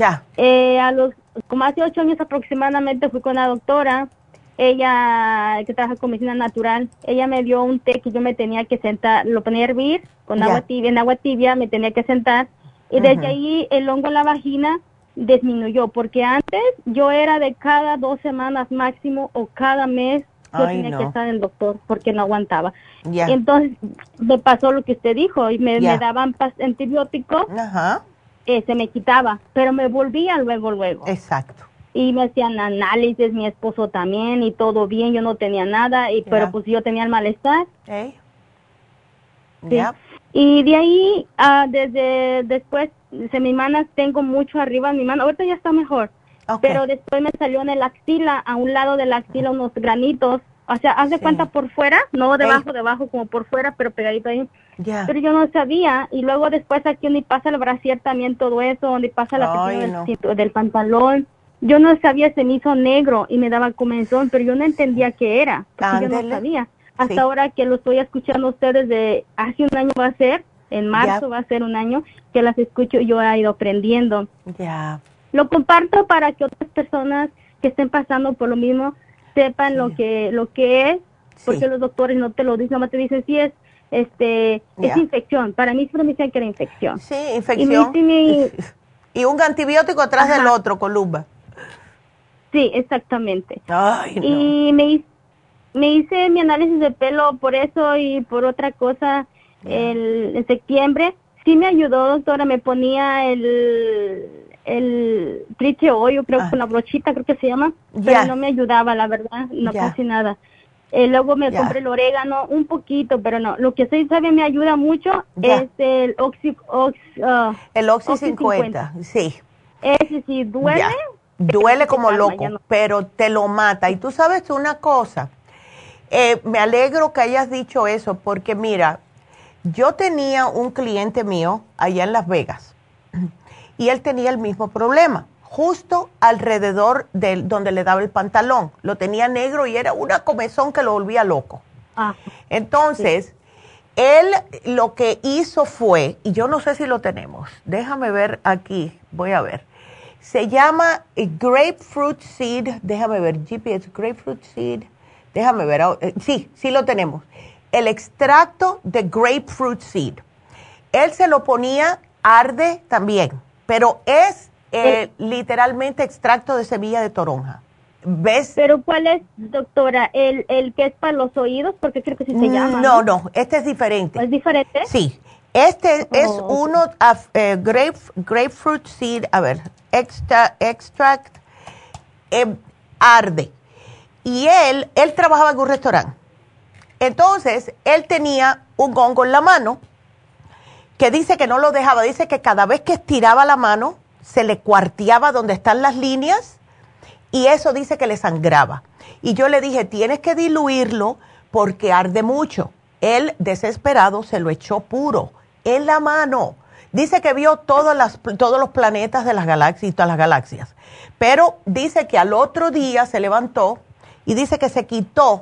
Como hace 8 años aproximadamente fui con la doctora, ella que trabaja con medicina natural, ella me dio un té que yo me tenía que sentar, lo ponía a hervir con agua tibia, en agua tibia me tenía que sentar, y desde ahí el hongo en la vagina disminuyó, porque antes yo era de cada 2 semanas máximo o cada mes yo tenía que estar en el doctor porque no aguantaba. Entonces me pasó lo que usted dijo, y me daban antibióticos, se me quitaba, pero me volvía luego. Exacto. Y me hacían análisis, mi esposo también, y todo bien, yo no tenía nada, pero pues yo tenía el malestar. Y de ahí, desde después, semanas tengo mucho arriba en mi mano. Ahorita ya está mejor. Pero después me salió en el axila, a un lado de la axila, unos granitos. O sea, haz de cuenta por fuera, no debajo, como por fuera, pero pegadito ahí. Pero yo no sabía. Y luego después aquí donde pasa el brasier también todo eso, donde pasa la presión del pantalón. Yo no sabía, se me hizo negro y me daba comezón, pero yo no entendía qué era, porque yo no sabía. Hasta ahora que lo estoy escuchando a ustedes de hace un año va a ser, en marzo va a ser un año que las escucho, yo he ido aprendiendo. Lo comparto para que otras personas que estén pasando por lo mismo sepan lo que es, porque los doctores no te lo dicen, nomás te dicen si es es infección. Para mí siempre me decían que era infección. Sí, infección. Y un antibiótico atrás del otro, Columba. Sí, exactamente. Ay, no. Y me hice mi análisis de pelo por eso y por otra cosa en septiembre. Sí me ayudó, doctora, me ponía el triche hoyo, creo que con la brochita, creo que se llama, pero no me ayudaba, la verdad, no casi nada. Luego me compré el orégano, un poquito, pero no. Lo que sí sabe me ayuda mucho es el Oxy 50, sí. Ese sí duele. Duele como loco, pero te lo mata. Y tú sabes una cosa, me alegro que hayas dicho eso, porque mira, yo tenía un cliente mío allá en Las Vegas y él tenía el mismo problema, justo alrededor de donde le daba el pantalón. Lo tenía negro y era una comezón que lo volvía loco. Entonces, él lo que hizo fue, y yo no sé si lo tenemos, déjame ver aquí, voy a ver. Se llama Grapefruit Seed, déjame ver, GPS, Grapefruit Seed, déjame ver, sí lo tenemos. El extracto de Grapefruit Seed. Él se lo ponía, arde también, pero es literalmente extracto de semilla de toronja. ¿Ves? ¿Pero cuál es, doctora? ¿El que es para los oídos? Porque creo que sí se llama. No, este es diferente. ¿Es diferente? Sí. Este es uno, grapefruit seed, a ver, extract, arde. Y él trabajaba en un restaurante. Entonces, él tenía un hongo en la mano que dice que no lo dejaba. Dice que cada vez que estiraba la mano, se le cuarteaba donde están las líneas y eso dice que le sangraba. Y yo le dije, tienes que diluirlo porque arde mucho. Él, desesperado, se lo echó puro en la mano. Dice que vio todos los planetas de las galaxias y todas las galaxias. Pero dice que al otro día se levantó y dice que se quitó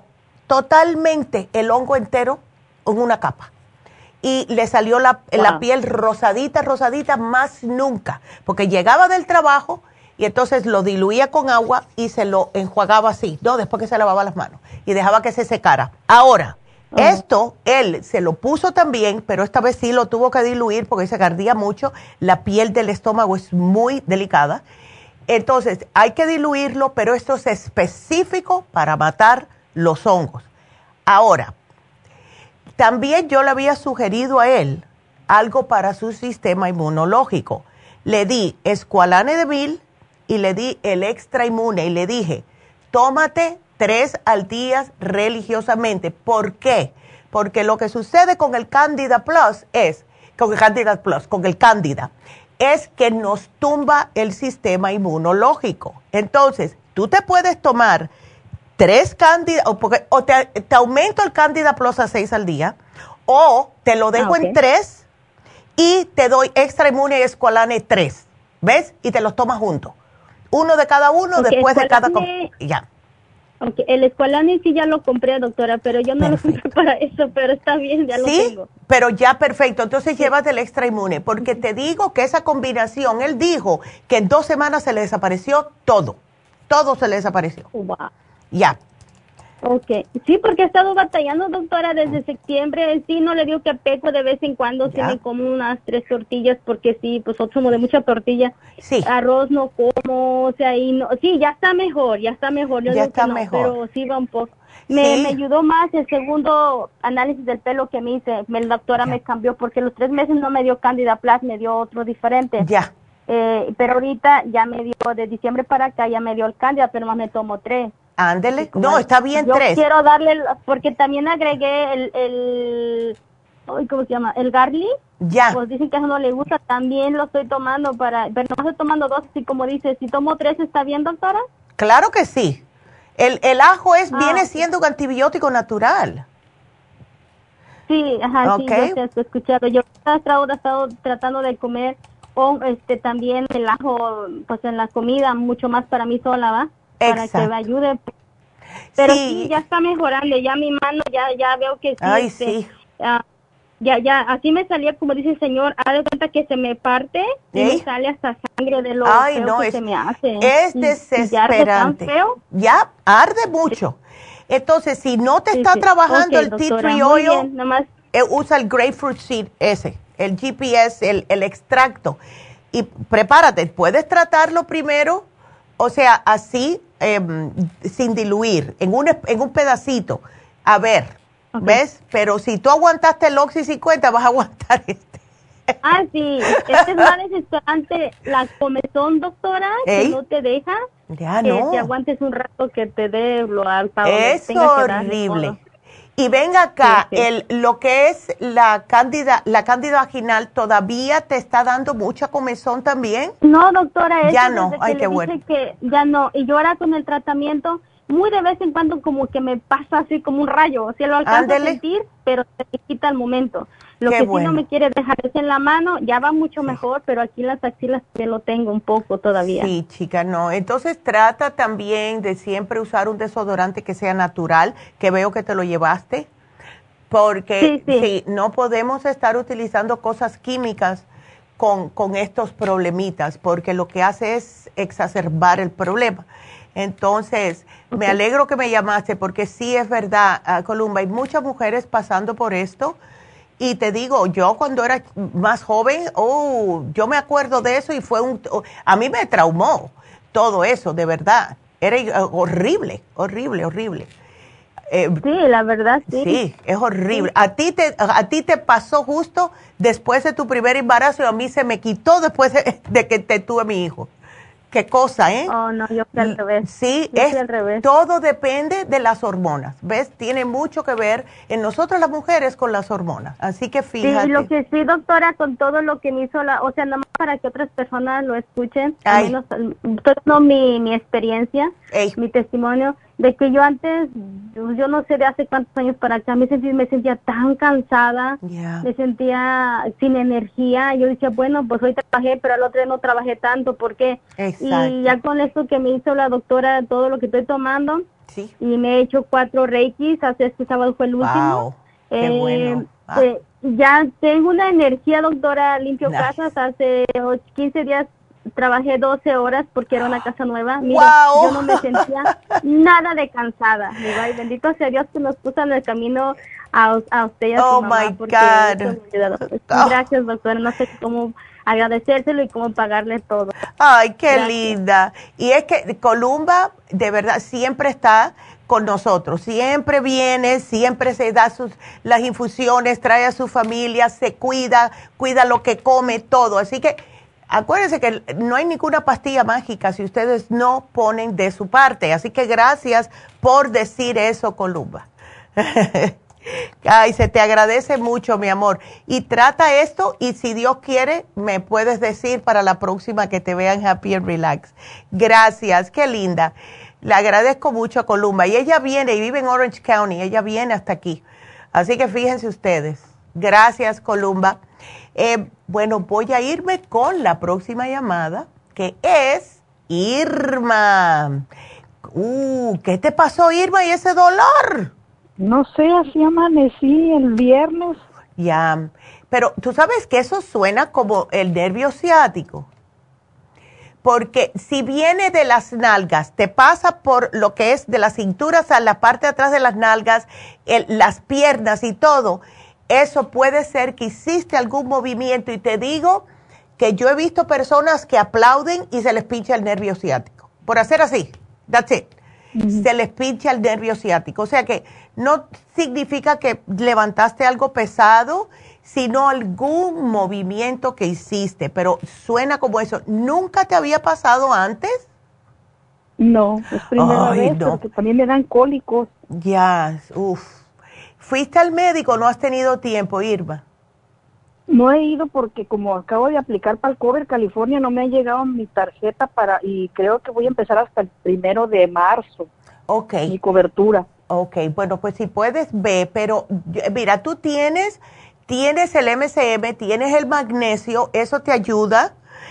totalmente el hongo entero en una capa. Y le salió la piel rosadita, más nunca, porque llegaba del trabajo y entonces lo diluía con agua y se lo enjuagaba así, ¿no? Después que se lavaba las manos y dejaba que se secara. Ahora, esto él se lo puso también, pero esta vez sí lo tuvo que diluir porque se ardía mucho. La piel del estómago es muy delicada. Entonces, hay que diluirlo, pero esto es específico para matar los hongos. Ahora, también yo le había sugerido a él algo para su sistema inmunológico. Le di Esqualane de 1000 y le di el Extra Inmune y le dije, tómate 3 al día religiosamente. ¿Por qué? Porque lo que sucede con el Candida Plus con el Candida, es que nos tumba el sistema inmunológico. Entonces, tú te puedes tomar 3 Candida, o te aumento el Candida Plus a 6 al día, o te lo dejo en 3 y te doy Extra Inmune y Esqualane 3, ¿ves? Y te los tomas juntos. Uno de cada uno, después de cada... Ya. Okay. El Esqualane sí ya lo compré, doctora, pero yo no lo compré para eso, pero está bien, ya lo tengo. Pero ya perfecto, entonces llévate el Extra Inmune, porque te digo que esa combinación, él dijo que en 2 semanas se le desapareció todo se le desapareció. Wow. Ya. Okay, sí, porque he estado batallando, doctora, desde septiembre. Sí, no le digo que peco de vez en cuando, sí me como unas 3 tortillas, porque sí, pues somos de mucha tortilla. Sí. Arroz no como, o sea, y no, sí, ya está mejor. Yo ya digo está que no, mejor. pero sí va un poco. Me ayudó más el segundo análisis del pelo que me hice. La doctora me cambió, porque los 3 meses no me dio Candida Plus, me dio otro diferente. Ya. Pero ahorita ya me dio, de diciembre para acá, ya me dio el Candida, pero más me tomo 3. Ándele. No, está bien 3. Yo quiero darle, porque también agregué ¿cómo se llama? El garlic. Ya. Pues dicen que a eso no le gusta, también lo estoy tomando pero no estoy tomando 2, así como dice, si tomo 3, ¿está bien, doctora? Claro que sí. El ajo viene siendo un antibiótico natural. Sí, ajá, sí, yo he escuchado. Yo he estado tratando de comer también el ajo, pues en la comida, mucho más para mí sola, ¿va? Para que me ayude. Pero sí, ya está mejorando, ya mi mano, ya veo que sí. Ay, sí. Ya, así me salía, como dice el señor, haz de cuenta que se me parte y me sale hasta sangre de lo feo que se me hace. Es desesperante. Ya, arde mucho. Entonces, si no te está trabajando el tea tree oil, usa el grapefruit seed el GPS, el extracto. Y prepárate, puedes tratarlo primero, o sea, así, sin diluir, en un pedacito. A ver, ¿ves? Pero si tú aguantaste el Oxy 50, vas a aguantar este. Sí, este es más desesperante, la comezón, doctora, que no te deja. Ya no. Que aguantes un rato, que te dé lo alto. Es horrible. Y ven acá, lo que es la cándida vaginal, ¿todavía te está dando mucha comezón también? No, doctora, ya no. Ay, qué bueno. Que ya no. Y yo ahora con el tratamiento, muy de vez en cuando como que me pasa así como un rayo, o sea, lo alcanzo a sentir, pero se me quita al momento. Lo que sí no me quiere dejar es en la mano, ya va mucho mejor, pero aquí en las axilas que lo tengo un poco todavía. Sí, chica, no. Entonces trata también de siempre usar un desodorante que sea natural, que veo que te lo llevaste, porque no podemos estar utilizando cosas químicas con estos problemitas, porque lo que hace es exacerbar el problema. Entonces, me alegro que me llamaste, porque sí es verdad, Columba, hay muchas mujeres pasando por esto. Y te digo, yo cuando era más joven, yo me acuerdo de eso y a mí me traumó todo eso, de verdad. Era horrible, horrible, horrible. Sí, la verdad, sí. Sí, es horrible. Sí. A ti te pasó justo después de tu primer embarazo y a mí se me quitó después de que te tuve mi hijo. Qué cosa, ¿eh? Oh, no, yo fui al revés. Sí, al revés. Todo depende de las hormonas, ¿ves? Tiene mucho que ver en nosotros las mujeres con las hormonas, así que fíjate. Sí, lo que sí, doctora, con todo lo que me hizo o sea, nada más para que otras personas lo escuchen, al menos, no mi experiencia, mi testimonio, de que yo antes, yo no sé de hace cuántos años para acá, me sentía tan cansada, me sentía sin energía. Yo decía, bueno, pues hoy trabajé, pero al otro día no trabajé tanto, ¿por qué? Y ya con esto que me hizo la doctora, todo lo que estoy tomando, Sí. Y me he hecho 4 reikis, hasta este sábado fue el último. Wow, qué bueno. Ya tengo una energía, doctora, limpio casas, hace 15 días trabajé 12 horas porque era una casa nueva. Mire, yo no me sentía nada de cansada. Ay, bendito sea Dios que nos puso en el camino a usted y a su mamá. My God. Gracias, doctora. No sé cómo agradecérselo y cómo pagarle todo. Ay, qué linda. Y es que Columba, de verdad, siempre está con nosotros. Siempre viene, siempre se da las infusiones, trae a su familia, se cuida lo que come, todo. Así que acuérdense que no hay ninguna pastilla mágica si ustedes no ponen de su parte. Así que gracias por decir eso, Columba. Ay, se te agradece mucho, mi amor. Y trata esto y si Dios quiere, me puedes decir para la próxima que te vean Happy and Relax. Gracias, qué linda. Le agradezco mucho a Columba. Y ella viene y vive en Orange County. Ella viene hasta aquí. Así que fíjense ustedes. Gracias, Columba. Bueno, voy a irme con la próxima llamada, que es Irma. ¿Qué te pasó, Irma, y ese dolor? No sé, así amanecí el viernes. Ya, pero tú sabes que eso suena como el nervio ciático. Porque si viene de las nalgas, te pasa por lo que es de la cintura a la parte de atrás de las nalgas, las piernas y todo, eso puede ser que hiciste algún movimiento. Y te digo que yo he visto personas que aplauden y se les pincha el nervio ciático. Por hacer así, that's it. Se les pincha el nervio ciático. O sea que no significa que levantaste algo pesado, sino algún movimiento que hiciste, pero suena como eso. ¿Nunca te había pasado antes? No, es primera vez, porque también me dan cólicos. Ya, ¿Fuiste al médico? ¿No has tenido tiempo, Irma? No he ido porque como acabo de aplicar para el Cover California, no me ha llegado mi tarjeta y creo que voy a empezar hasta el 1 de marzo. Okay. Mi cobertura. Okay, bueno, pues si puedes, ve, pero mira, tú tienes el MCM, tienes el magnesio, eso te ayuda.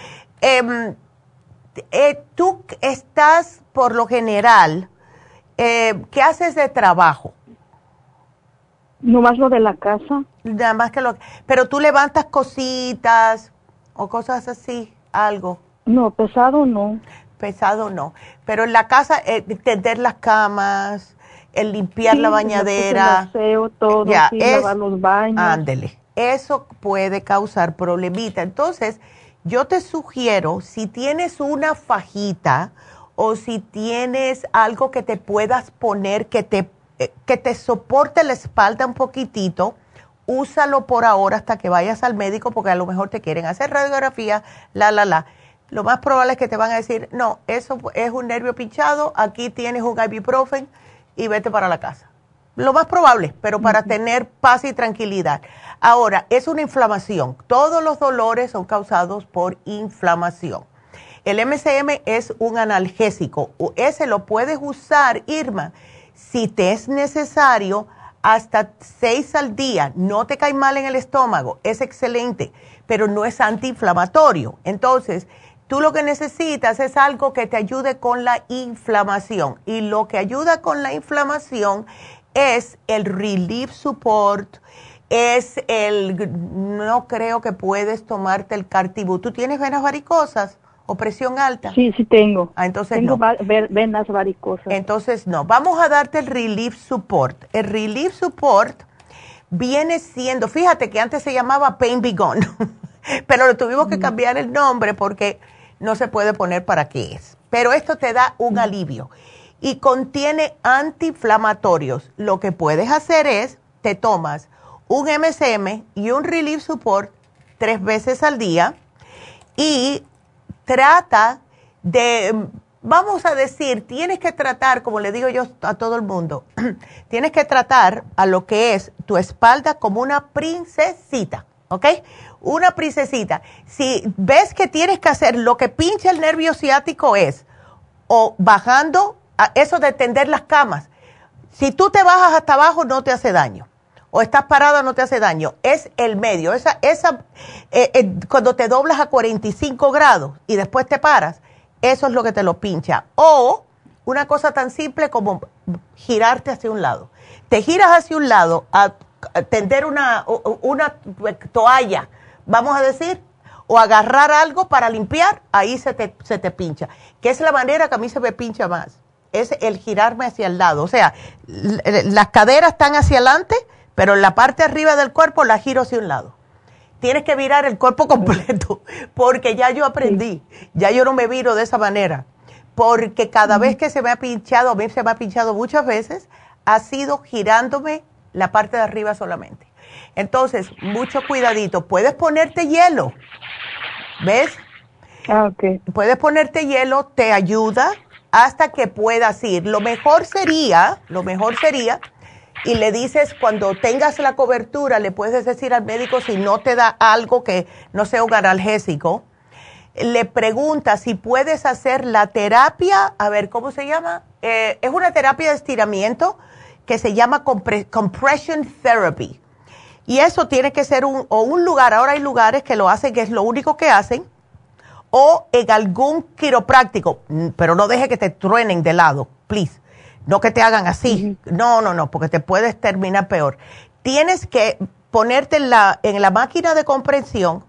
Tú estás, por lo general, ¿qué haces de trabajo? Nomás lo de la casa. Nada más que pero tú levantas cositas o cosas así, algo. No, pesado no. Pesado no. Pero en la casa, tender las camas, el limpiar la bañadera. El aseo, todo, ya, lavar los baños. Ándele. Eso puede causar problemita. Entonces, yo te sugiero, si tienes una fajita o si tienes algo que te puedas poner que te soporte la espalda un poquitito, úsalo por ahora hasta que vayas al médico, porque a lo mejor te quieren hacer radiografía, Lo más probable es que te van a decir, no, eso es un nervio pinchado, aquí tienes un ibuprofen y vete para la casa. Lo más probable, pero para tener paz y tranquilidad. Ahora, es una inflamación. Todos los dolores son causados por inflamación. El MCM es un analgésico. Ese lo puedes usar, Irma, si te es necesario, hasta 6 al día. No te cae mal en el estómago, es excelente, pero no es antiinflamatorio. Entonces, tú lo que necesitas es algo que te ayude con la inflamación. Y lo que ayuda con la inflamación es el Relief Support, no creo que puedes tomarte el Cartibú. ¿Tú tienes venas varicosas o presión alta? Sí, sí tengo. Entonces tengo no. Venas varicosas. Entonces no. Vamos a darte el Relief Support. El Relief Support viene siendo, fíjate que antes se llamaba Pain Be Gone, pero le tuvimos que cambiar el nombre porque no se puede poner para qué es. Pero esto te da un alivio y contiene antiinflamatorios. Lo que puedes hacer es, te tomas un MCM y un Relief Support 3 veces al día y trata de, vamos a decir, tienes que tratar, como le digo yo a todo el mundo, tienes que tratar a lo que es tu espalda como una princesita, ¿ok? Una princesita. Si ves que tienes que hacer lo que pincha el nervio ciático es, o bajando, eso de tender las camas. Si tú te bajas hasta abajo no te hace daño. O estás parada no te hace daño. Es el medio. Cuando te doblas a 45 grados y después te paras, eso es lo que te lo pincha. O una cosa tan simple como girarte hacia un lado. Te giras hacia un lado a tender una toalla, vamos a decir, o agarrar algo para limpiar, ahí se te pincha. Que es la manera que a mí se me pincha más. Es el girarme hacia el lado. O sea, las caderas están hacia adelante, pero en la parte arriba del cuerpo la giro hacia un lado. Tienes que virar el cuerpo completo, porque ya yo aprendí. Ya yo no me viro de esa manera. Porque cada vez que se me ha pinchado, a mí se me ha pinchado muchas veces, ha sido girándome la parte de arriba solamente. Entonces, mucho cuidadito. Puedes ponerte hielo, ¿ves? Okay. Puedes ponerte hielo, te ayuda hasta que puedas ir. Lo mejor sería, y le dices, cuando tengas la cobertura, le puedes decir al médico si no te da algo que no sea un analgésico, le preguntas si puedes hacer la terapia, a ver, ¿cómo se llama? Es una terapia de estiramiento que se llama compression therapy. Y eso tiene que ser un lugar, ahora hay lugares que lo hacen, que es lo único que hacen, o en algún quiropráctico, pero no deje que te truenen de lado, please. No que te hagan así. No, porque te puedes terminar peor. Tienes que ponerte en la máquina de compresión,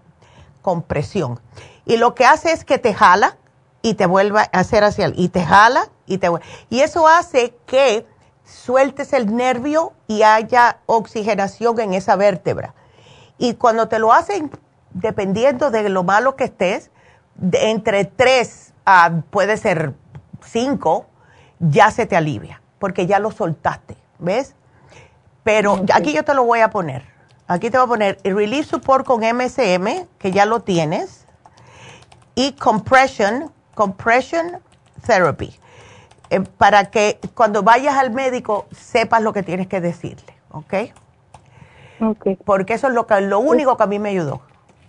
y lo que hace es que te jala y te vuelve a hacer hacia y te jala y te vuelve. Y eso hace que sueltes el nervio y haya oxigenación en esa vértebra. Y cuando te lo hacen, dependiendo de lo malo que estés, entre 3 a puede ser 5, ya se te alivia, porque ya lo soltaste, ¿ves? Pero aquí yo te lo voy a poner. Aquí te voy a poner el Relief Support con MSM, que ya lo tienes, y Compression Therapy. Para que cuando vayas al médico sepas lo que tienes que decirle, ¿ok? Okay. Porque eso es lo único que a mí me ayudó.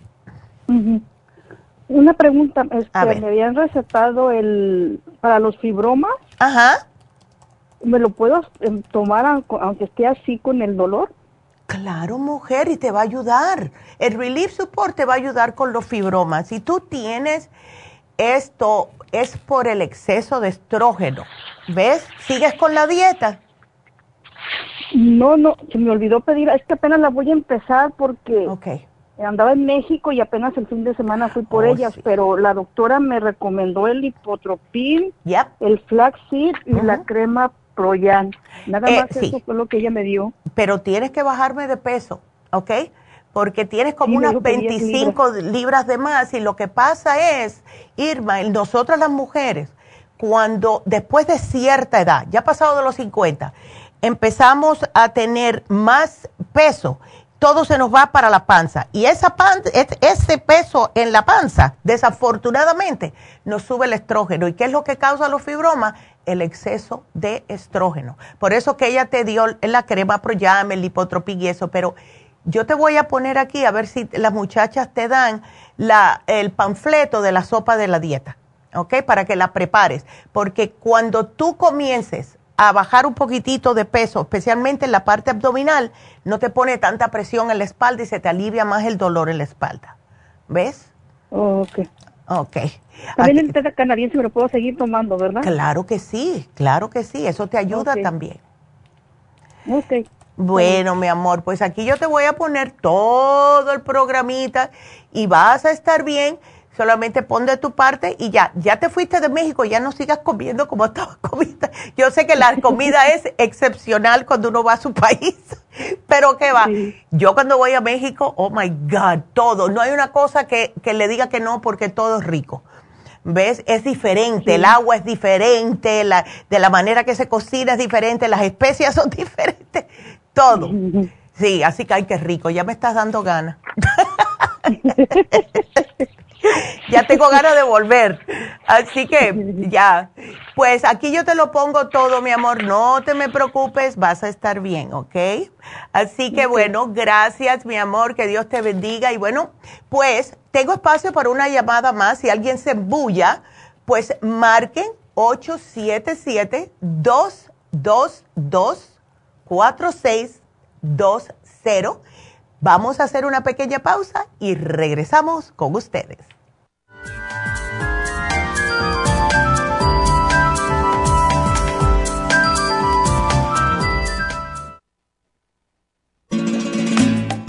Una pregunta, me habían recetado para los fibromas. Ajá. ¿Me lo puedo tomar aunque esté así con el dolor? Claro, mujer, y te va a ayudar. El Relief Support te va a ayudar con los fibromas. Si tú tienes esto, es por el exceso de estrógeno. ¿Ves? ¿Sigues con la dieta? No, se me olvidó pedir. Es que apenas la voy a empezar porque andaba en México y apenas el fin de semana fui por ellas, sí. Pero la doctora me recomendó el Lipotropin, el Flaxseed y la crema Proyan. Nada más eso fue lo que ella me dio. Pero tienes que bajarme de peso, ¿ok? Porque tienes como unas 25 libras de más, y lo que pasa es, Irma, nosotras las mujeres, cuando después de cierta edad, ya pasado de los 50, empezamos a tener más peso, todo se nos va para la panza, y ese peso en la panza, desafortunadamente, nos sube el estrógeno. ¿Y qué es lo que causa los fibromas? El exceso de estrógeno. Por eso que ella te dio la crema Proyam, el Lipotropin y eso, pero yo te voy a poner aquí a ver si las muchachas te dan el panfleto de la sopa de la dieta, ¿ok? Para que la prepares, porque cuando tú comiences a bajar un poquitito de peso, especialmente en la parte abdominal, no te pone tanta presión en la espalda y se te alivia más el dolor en la espalda. ¿Ves? Ok. También el té canadiense me lo puedo seguir tomando, ¿verdad? Claro que sí, eso te ayuda también. Ok. Bueno, mi amor, pues aquí yo te voy a poner todo el programita y vas a estar bien. Solamente pon de tu parte y ya te fuiste de México, ya no sigas comiendo como estabas comiendo. Yo sé que la comida es excepcional cuando uno va a su país, pero ¿qué va? Sí. Yo cuando voy a México, oh my God, todo. No hay una cosa que le diga que no, porque todo es rico. ¿Ves? Es diferente, el agua es diferente, de la manera que se cocina es diferente, las especias son diferentes, todo. Sí, así que ay, qué rico, ya me estás dando ganas. Ya tengo ganas de volver, así que ya, pues aquí yo te lo pongo todo, mi amor, no te me preocupes, vas a estar bien, ¿ok? Así que bueno, gracias, mi amor, que Dios te bendiga, y bueno, pues tengo espacio para una llamada más. Si alguien se embulla, pues marquen 877-222-4620. Vamos a hacer una pequeña pausa y regresamos con ustedes.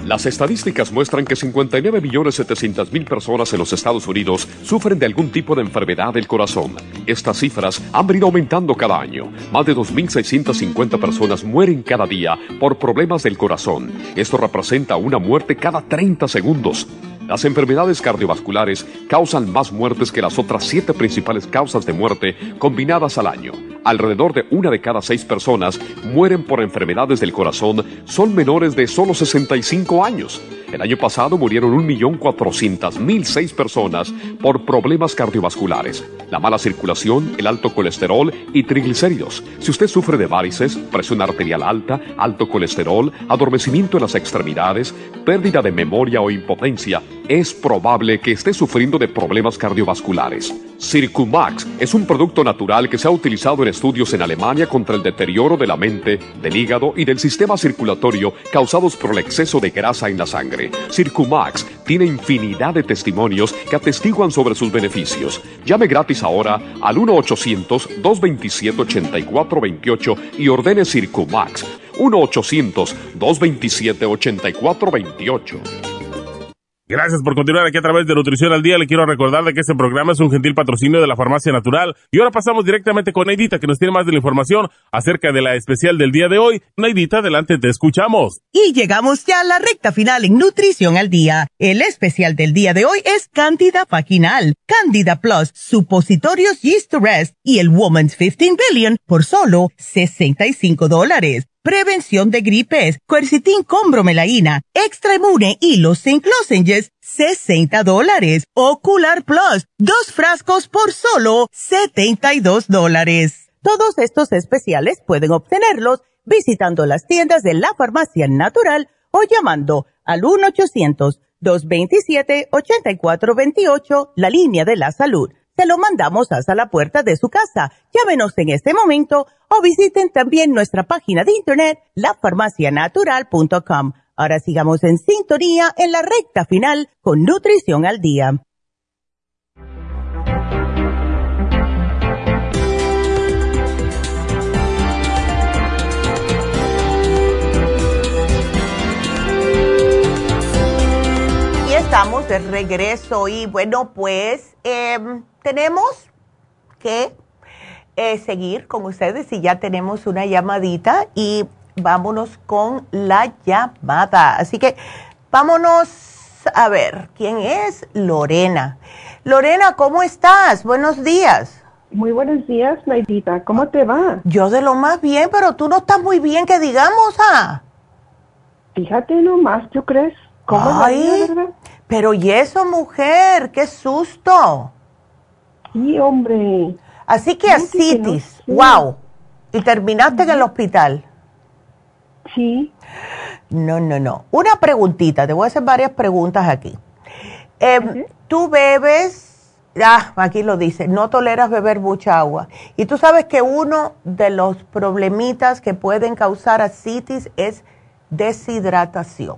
Las estadísticas muestran que 59.700.000 personas en los Estados Unidos sufren de algún tipo de enfermedad del corazón. Estas cifras han venido aumentando cada año. Más de 2.650 personas mueren cada día por problemas del corazón. Esto representa una muerte cada 30 segundos. Las enfermedades cardiovasculares causan más muertes que las otras 7 principales causas de muerte combinadas al año. Alrededor de 1 de cada 6 personas mueren por enfermedades del corazón son menores de solo 65 años. El año pasado murieron 1.400.006 personas por problemas cardiovasculares. La mala circulación, el alto colesterol y triglicéridos. Si usted sufre de varices, presión arterial alta, alto colesterol, adormecimiento en las extremidades, pérdida de memoria o impotencia, es probable que esté sufriendo de problemas cardiovasculares. Circumax es un producto natural que se ha utilizado en estudios en Alemania contra el deterioro de la mente, del hígado y del sistema circulatorio causados por el exceso de grasa en la sangre. Circumax tiene infinidad de testimonios que atestiguan sobre sus beneficios. Llame gratis ahora al 1-800-227-8428 y ordene Circumax. 1-800-227-8428. Gracias por continuar aquí a través de Nutrición al Día. Le quiero recordar de que este programa es un gentil patrocinio de la Farmacia Natural. Y ahora pasamos directamente con Neidita, que nos tiene más de la información acerca de la especial del día de hoy. Neidita, adelante, te escuchamos. Y llegamos ya a la recta final en Nutrición al Día. El especial del día de hoy es Candida Vaginal, Candida Plus, Supositorios Yeast to Rest y el Woman's 15 Billion por solo $65. Prevención de gripes, Quercetin con bromelaína, Extra Inmune y los Zinc Lozenges, $60. Ocular Plus, 2 frascos por solo $72. Todos estos especiales pueden obtenerlos visitando las tiendas de la Farmacia Natural o llamando al 1-800-227-8428, la línea de la salud. Se lo mandamos hasta la puerta de su casa. Llámenos en este momento o visiten también nuestra página de internet, lafarmacianatural.com. Ahora sigamos en sintonía en la recta final con Nutrición al Día. Y estamos de regreso y bueno, pues tenemos que seguir con ustedes y ya tenemos una llamadita y vámonos con la llamada. Así que vámonos a ver, ¿quién es? Lorena. Lorena, ¿cómo estás? Buenos días. Muy buenos días, Neidita. ¿Cómo te va? Yo de lo más bien, pero tú no estás muy bien, que digamos, ¿ah? Fíjate nomás, ¿tú crees? ¿Cómo Ay, es la vida, verdad? Pero ¿y eso, mujer? ¡Qué susto! Sí, hombre. Así que ascitis, wow. ¿Y terminaste en el hospital? Sí. No. Una preguntita, te voy a hacer varias preguntas aquí. Tú bebes, aquí lo dice, no toleras beber mucha agua. Y tú sabes que uno de los problemitas que pueden causar ascitis es deshidratación.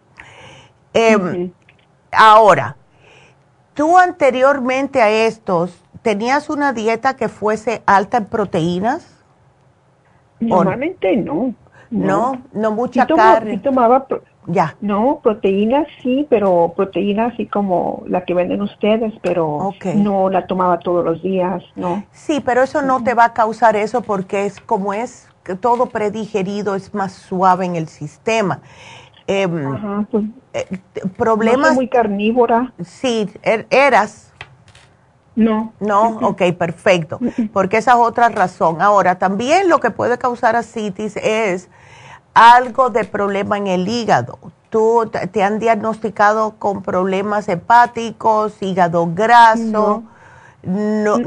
Ahora, tú anteriormente a estos, ¿tenías una dieta que fuese alta en proteínas? Normalmente no. No mucha carne. Sí tomaba, ya. No, proteínas sí, pero proteínas así como la que venden ustedes, pero no la tomaba todos los días, ¿no? Sí, pero eso no te va a causar eso porque es como es todo predigerido, es más suave en el sistema. Pues, problemas. No soy muy carnívora. Sí, eras. No. Ok, perfecto. Porque esa es otra razón. Ahora, también lo que puede causar ascitis es algo de problema en el hígado. ¿Tú te han diagnosticado con problemas hepáticos, hígado graso? No,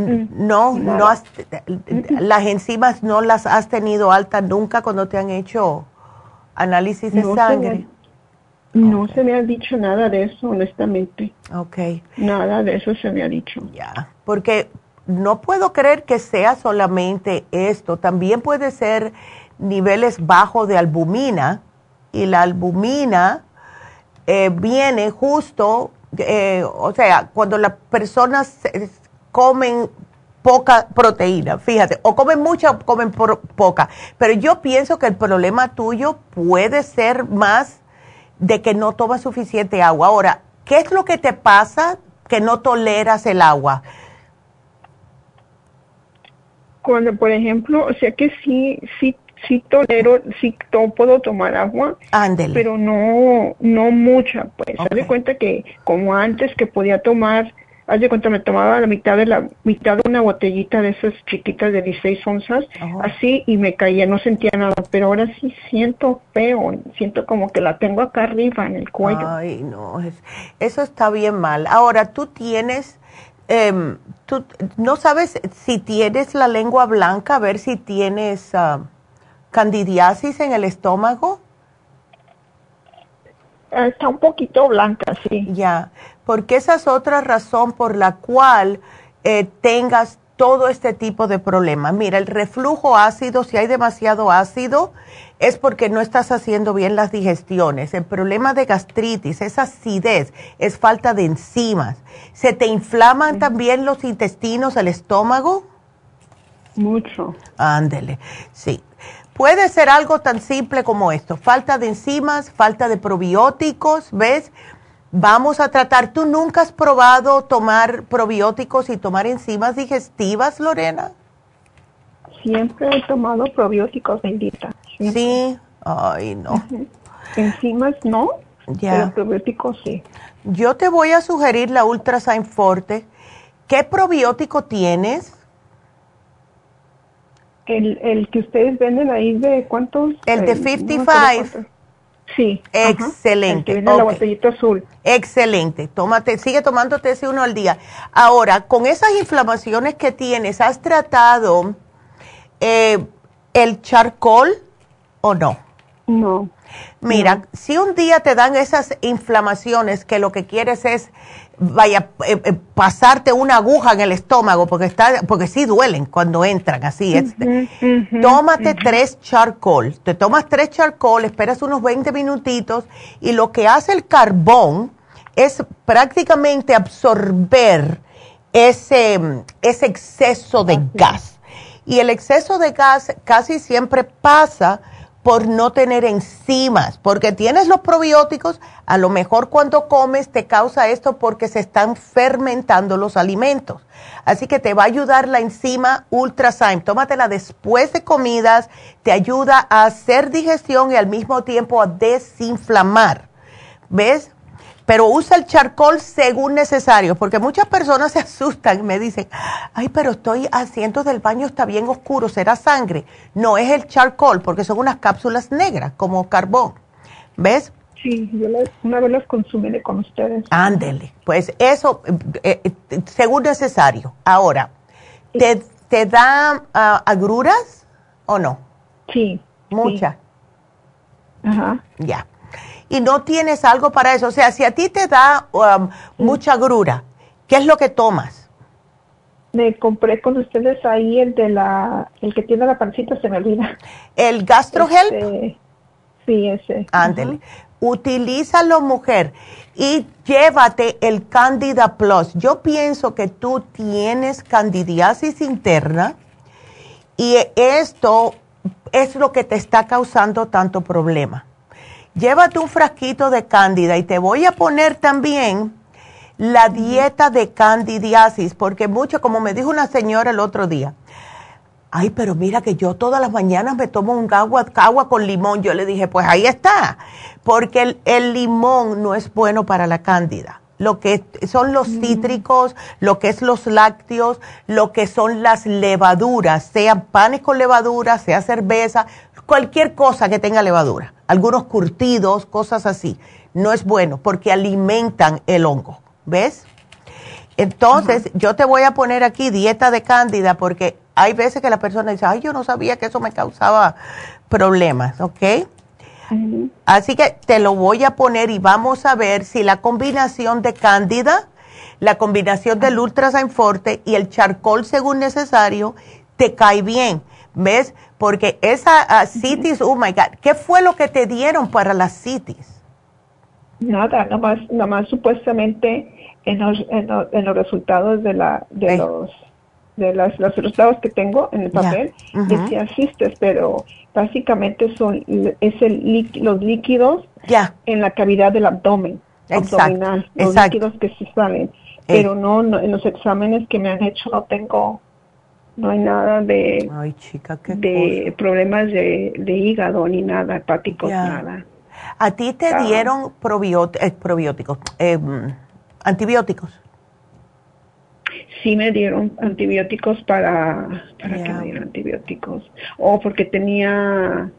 las enzimas no las has tenido altas nunca cuando te han hecho análisis de sangre. No se me ha dicho nada de eso, honestamente. Okay. Nada de eso se me ha dicho. Ya, porque no puedo creer que sea solamente esto. También puede ser niveles bajos de albumina. Y la albumina viene justo, o sea, cuando las personas comen poca proteína, fíjate, o comen mucha o comen poca. Pero yo pienso que el problema tuyo puede ser más de que no tomas suficiente agua. Ahora, ¿qué es lo que te pasa que no toleras el agua? Cuando, por ejemplo, o sea que sí tolero, puedo tomar agua. Ándele. Pero no mucha, pues. Haz de cuenta que como antes que podía tomar, haz de cuenta me tomaba la mitad de una botellita de esas chiquitas de 16 onzas, así, y me caía, no sentía nada, pero ahora sí siento feo, siento como que la tengo acá arriba en el cuello. Ay, no, eso está bien mal. Ahora, tú tienes, tú no sabes si tienes la lengua blanca, a ver si tienes candidiasis en el estómago. Está un poquito blanca, sí. Ya, porque esa es otra razón por la cual tengas todo este tipo de problemas. Mira, el reflujo ácido, si hay demasiado ácido, es porque no estás haciendo bien las digestiones. El problema de gastritis es acidez, es falta de enzimas. ¿Se te inflaman también los intestinos, el estómago? Mucho. Ándele, sí. Puede ser algo tan simple como esto, falta de enzimas, falta de probióticos, ¿ves? Vamos a tratar, ¿tú nunca has probado tomar probióticos y tomar enzimas digestivas, Lorena? Siempre he tomado probióticos, bendita. Siempre. Sí, ay no. Enzimas no, ya. Pero probióticos sí. Yo te voy a sugerir la Ultrasign Forte. ¿Qué probiótico tienes? El que ustedes venden ahí de ¿cuántos? El de 55. Sí. Excelente. El que viene en la botellita azul. Excelente. Tómate, sigue tomándote ese uno al día. Ahora, con esas inflamaciones que tienes, ¿has tratado el charcoal o no? No. Mira, si un día te dan esas inflamaciones que lo que quieres es pasarte una aguja en el estómago porque sí duelen cuando entran así. Tómate 3 charcoal. Te tomas 3 charcoal, esperas unos 20 minutitos y lo que hace el carbón es prácticamente absorber ese exceso de gas. Y el exceso de gas casi siempre pasa por no tener enzimas, porque tienes los probióticos, a lo mejor cuando comes te causa esto porque se están fermentando los alimentos. Así que te va a ayudar la enzima Ultrasign. Tómatela después de comidas, te ayuda a hacer digestión y al mismo tiempo a desinflamar. ¿Ves? Pero usa el charcoal según necesario, porque muchas personas se asustan y me dicen, ay, pero estoy haciendo del baño, está bien oscuro, ¿será sangre? No, es el charcoal, porque son unas cápsulas negras, como carbón. ¿Ves? Sí, yo una vez las consumí con ustedes. Ándele, pues eso, según necesario. Ahora, ¿te da agruras o no? Sí. Muchas. Sí. Ajá. Ya. Y no tienes algo para eso. O sea, si a ti te da mucha agrura, ¿qué es lo que tomas? Me compré con ustedes ahí el que tiene la pancita, se me olvida. ¿El GastroHelp? Sí, ese. Ándele. Utilízalo, mujer, y llévate el Candida Plus. Yo pienso que tú tienes candidiasis interna y esto es lo que te está causando tanto problema. Llévate un frasquito de cándida y te voy a poner también la dieta de candidiasis, porque mucho, como me dijo una señora el otro día, ay, pero mira que yo todas las mañanas me tomo un agua con limón. Yo le dije, pues ahí está, porque el limón no es bueno para la cándida. Lo que son los cítricos, lo que es los lácteos, lo que son las levaduras, sean panes con levadura, sea cerveza, cualquier cosa que tenga levadura, algunos curtidos, cosas así, no es bueno porque alimentan el hongo, ¿ves? Entonces, yo te voy a poner aquí dieta de cándida porque hay veces que la persona dice, ay, yo no sabía que eso me causaba problemas, ¿ok? Así que te lo voy a poner y vamos a ver si la combinación de cándida, la combinación del Ultrasign Forte y el charcoal según necesario te cae bien, ¿ves? Porque esa citis, oh my God, ¿qué fue lo que te dieron para la citis? Nada, nomás supuestamente en los resultados de los resultados que tengo en el papel, decía cistes, pero básicamente los líquidos en la cavidad del abdomen, abdominal, los líquidos que se salen. Pero no, en los exámenes que me han hecho no hay nada de, problemas de hígado ni nada, hepáticos, nada. ¿A ti te dieron probióticos, antibióticos? Sí me dieron antibióticos ¿para qué me dieron antibióticos? Porque tenía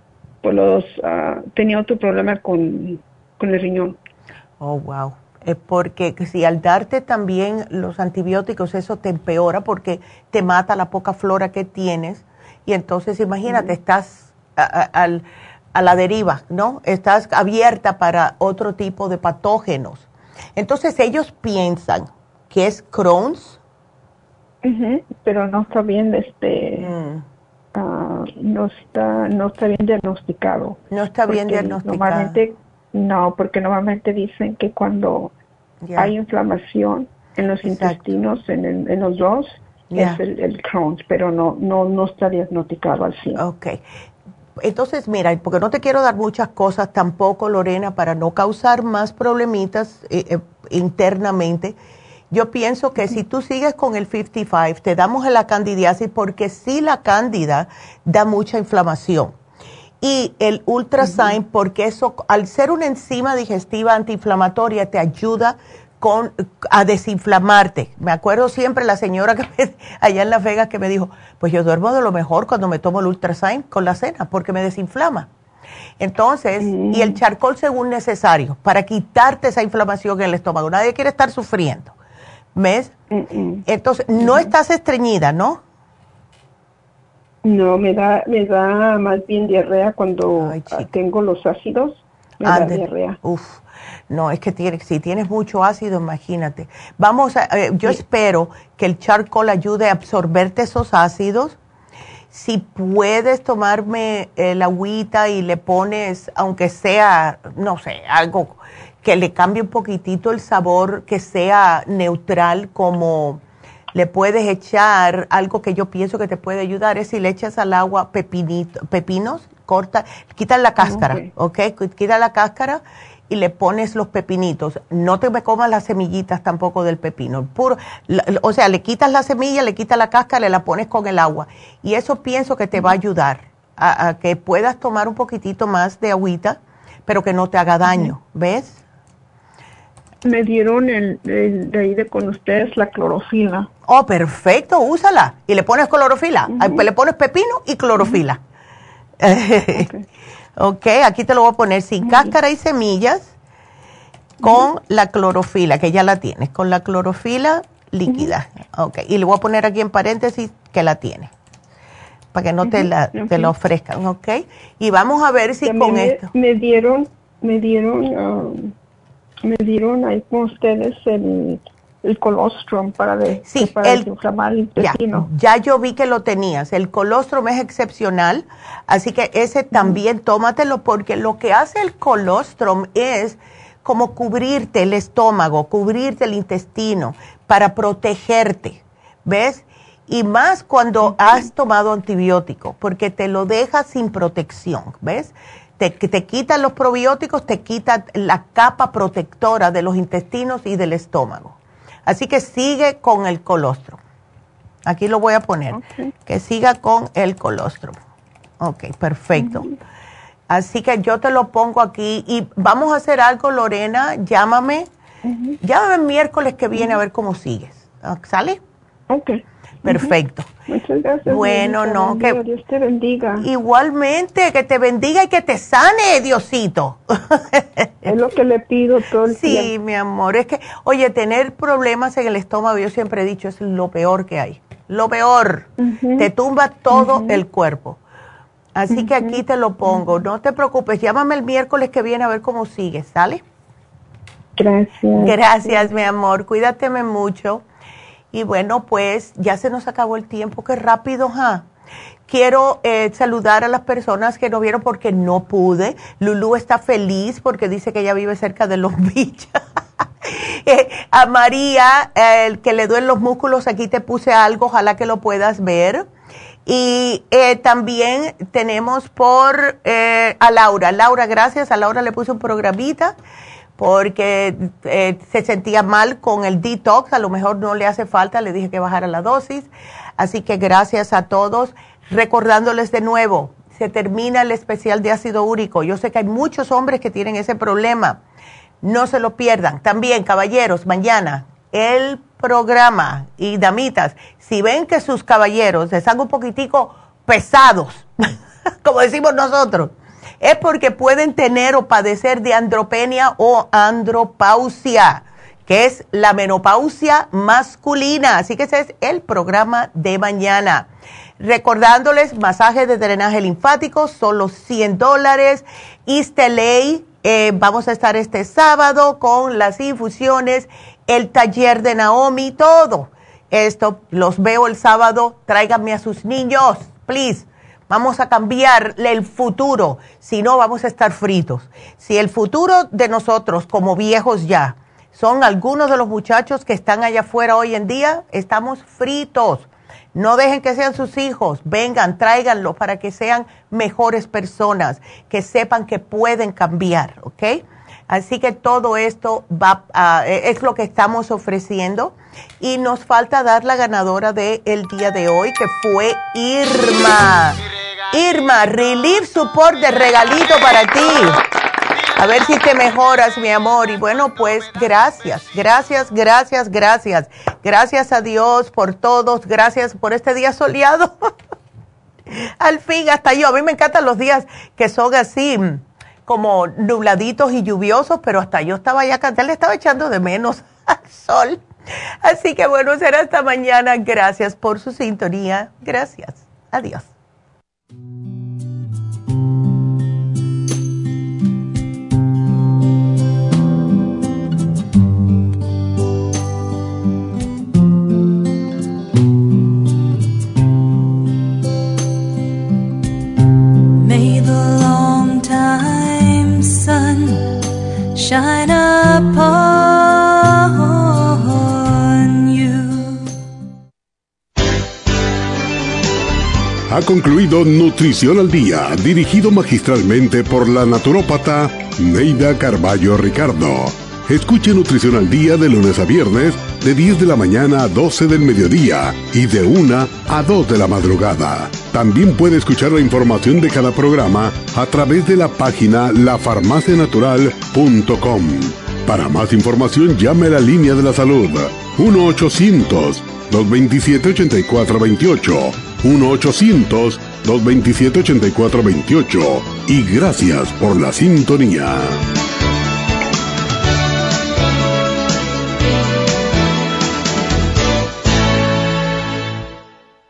otro problema con el riñón. Oh, wow. Porque si al darte también los antibióticos, eso te empeora porque te mata la poca flora que tienes. Y entonces, imagínate, estás a la deriva, ¿no? Estás abierta para otro tipo de patógenos. Entonces, ellos piensan que es Crohn's. Pero no está bien, no está bien diagnosticado. No está bien diagnosticado. Normalmente, no, porque normalmente dicen que cuando hay inflamación en los intestinos, en los dos, es el Crohn's, pero no está diagnosticado al 100. Ok. Entonces, mira, porque no te quiero dar muchas cosas tampoco, Lorena, para no causar más problemitas internamente. Yo pienso que si tú sigues con el 55, te damos la candidiasis, porque sí, la cándida da mucha inflamación. Y el Ultrasign, porque eso, al ser una enzima digestiva antiinflamatoria, te ayuda a desinflamarte. Me acuerdo siempre la señora allá en Las Vegas que me dijo, pues yo duermo de lo mejor cuando me tomo el Ultrasign con la cena, porque me desinflama. Entonces, y el charcoal según necesario, para quitarte esa inflamación en el estómago. Nadie quiere estar sufriendo. ¿Ves? Entonces, no estás estreñida, ¿no? No, me da más bien diarrea cuando tengo los ácidos, me da diarrea. No, es que si tienes mucho ácido, imagínate. Yo espero que el charcoal ayude a absorberte esos ácidos. Si puedes tomarme la agüita y le pones, aunque sea, no sé, algo que le cambie un poquitito el sabor, que sea neutral, como le puedes echar algo que yo pienso que te puede ayudar, es si le echas al agua pepinos, quitas la cáscara, ¿ok? Quita la cáscara y le pones los pepinitos. No te me comas las semillitas tampoco del pepino. O sea, le quitas la semilla, le quitas la cáscara y la pones con el agua. Y eso pienso que te va a ayudar a que puedas tomar un poquitito más de agüita, pero que no te haga daño, ¿ves? Me dieron de ahí con ustedes la clorofila. Oh, perfecto, úsala. Y le pones clorofila. Le pones pepino y clorofila. Ok, aquí te lo voy a poner sin cáscara y semillas, con la clorofila, que ya la tienes, con la clorofila líquida. Ok, y le voy a poner aquí en paréntesis que la tienes, para que no te la ofrezcan, ok. Y vamos a ver si también con esto. Me dieron ahí con ustedes el colostrum para desinflamar el intestino. Ya yo vi que lo tenías. El colostrum es excepcional, así que ese también tómatelo, porque lo que hace el colostrum es como cubrirte el estómago, cubrirte el intestino para protegerte, ¿ves? Y más cuando has tomado antibiótico, porque te lo deja sin protección, ¿ves? Te quitan los probióticos, te quitan la capa protectora de los intestinos y del estómago. Así que sigue con el colostrum. Aquí lo voy a poner. Que siga con el colostrum. Ok, perfecto. Así que yo te lo pongo aquí. Y vamos a hacer algo, Lorena. Llámame. Llámame el miércoles que viene a ver cómo sigues. ¿Sale? Ok. Perfecto. Muchas gracias. Bueno, no, que Dios te bendiga. Igualmente, que te bendiga y que te sane, Diosito. Es lo que le pido todo el tiempo. Sí, mi amor, es que, oye, tener problemas en el estómago, yo siempre he dicho, es lo peor que hay. Lo peor. Te tumba todo el cuerpo. Así que aquí te lo pongo. No te preocupes, llámame el miércoles que viene a ver cómo sigues, ¿sale? Gracias. Gracias, mi amor. Cuídateme mucho. Y bueno, pues ya se nos acabó el tiempo. Qué rápido, ¿ja? Quiero saludar a las personas que no vieron porque no pude. Lulú está feliz porque dice que ella vive cerca de Long Beach. A María, el que le duelen los músculos, aquí te puse algo, ojalá que lo puedas ver. Y también tenemos a Laura. Laura, gracias. A Laura le puse un programita porque se sentía mal con el detox. A lo mejor no le hace falta, le dije que bajara la dosis. Así que gracias a todos. Recordándoles de nuevo, se termina el especial de ácido úrico. Yo sé que hay muchos hombres que tienen ese problema. No se lo pierdan. También, caballeros, mañana el programa, y damitas, si ven que sus caballeros están un poquitico pesados, como decimos nosotros, es porque pueden tener o padecer de andropenia o andropausia, que es la menopausia masculina. Así que ese es el programa de mañana. Recordándoles, masaje de drenaje linfático, solo $100. Isteley, vamos a estar este sábado con las infusiones, el taller de Naomi, todo esto. Los veo el sábado, tráiganme a sus niños, please. Vamos a cambiarle el futuro, si no vamos a estar fritos. Si el futuro de nosotros como viejos ya son algunos de los muchachos que están allá afuera hoy en día, estamos fritos. No dejen que sean sus hijos, vengan, tráiganlos para que sean mejores personas, que sepan que pueden cambiar, ¿ok? Así que todo esto es lo que estamos ofreciendo. Y nos falta dar la ganadora del día de hoy, que fue Irma. Irma, Relief Support de regalito para ti. A ver si te mejoras, mi amor. Y bueno, pues gracias. Gracias a Dios por todos. Gracias por este día soleado. Al fin, hasta yo. A mí me encantan los días que son así, como nubladitos y lluviosos, pero hasta yo estaba ya cantando, le estaba echando de menos al sol. Así que bueno, será hasta mañana. Gracias por su sintonía. Gracias. Adiós. May the long time sun shine upon you. Ha concluido Nutrición al Día, dirigido magistralmente por la naturópata Neida Carballo Ricardo. Escuche Nutrición al Día de lunes a viernes, de 10 de la mañana a 12 del mediodía y de 1 a 2 de la madrugada. También puede escuchar la información de cada programa a través de la página lafarmacianatural.com. Para más información, llame a la línea de la salud 1-800-227-8428. 1-800-227-8428. Y gracias por la sintonía.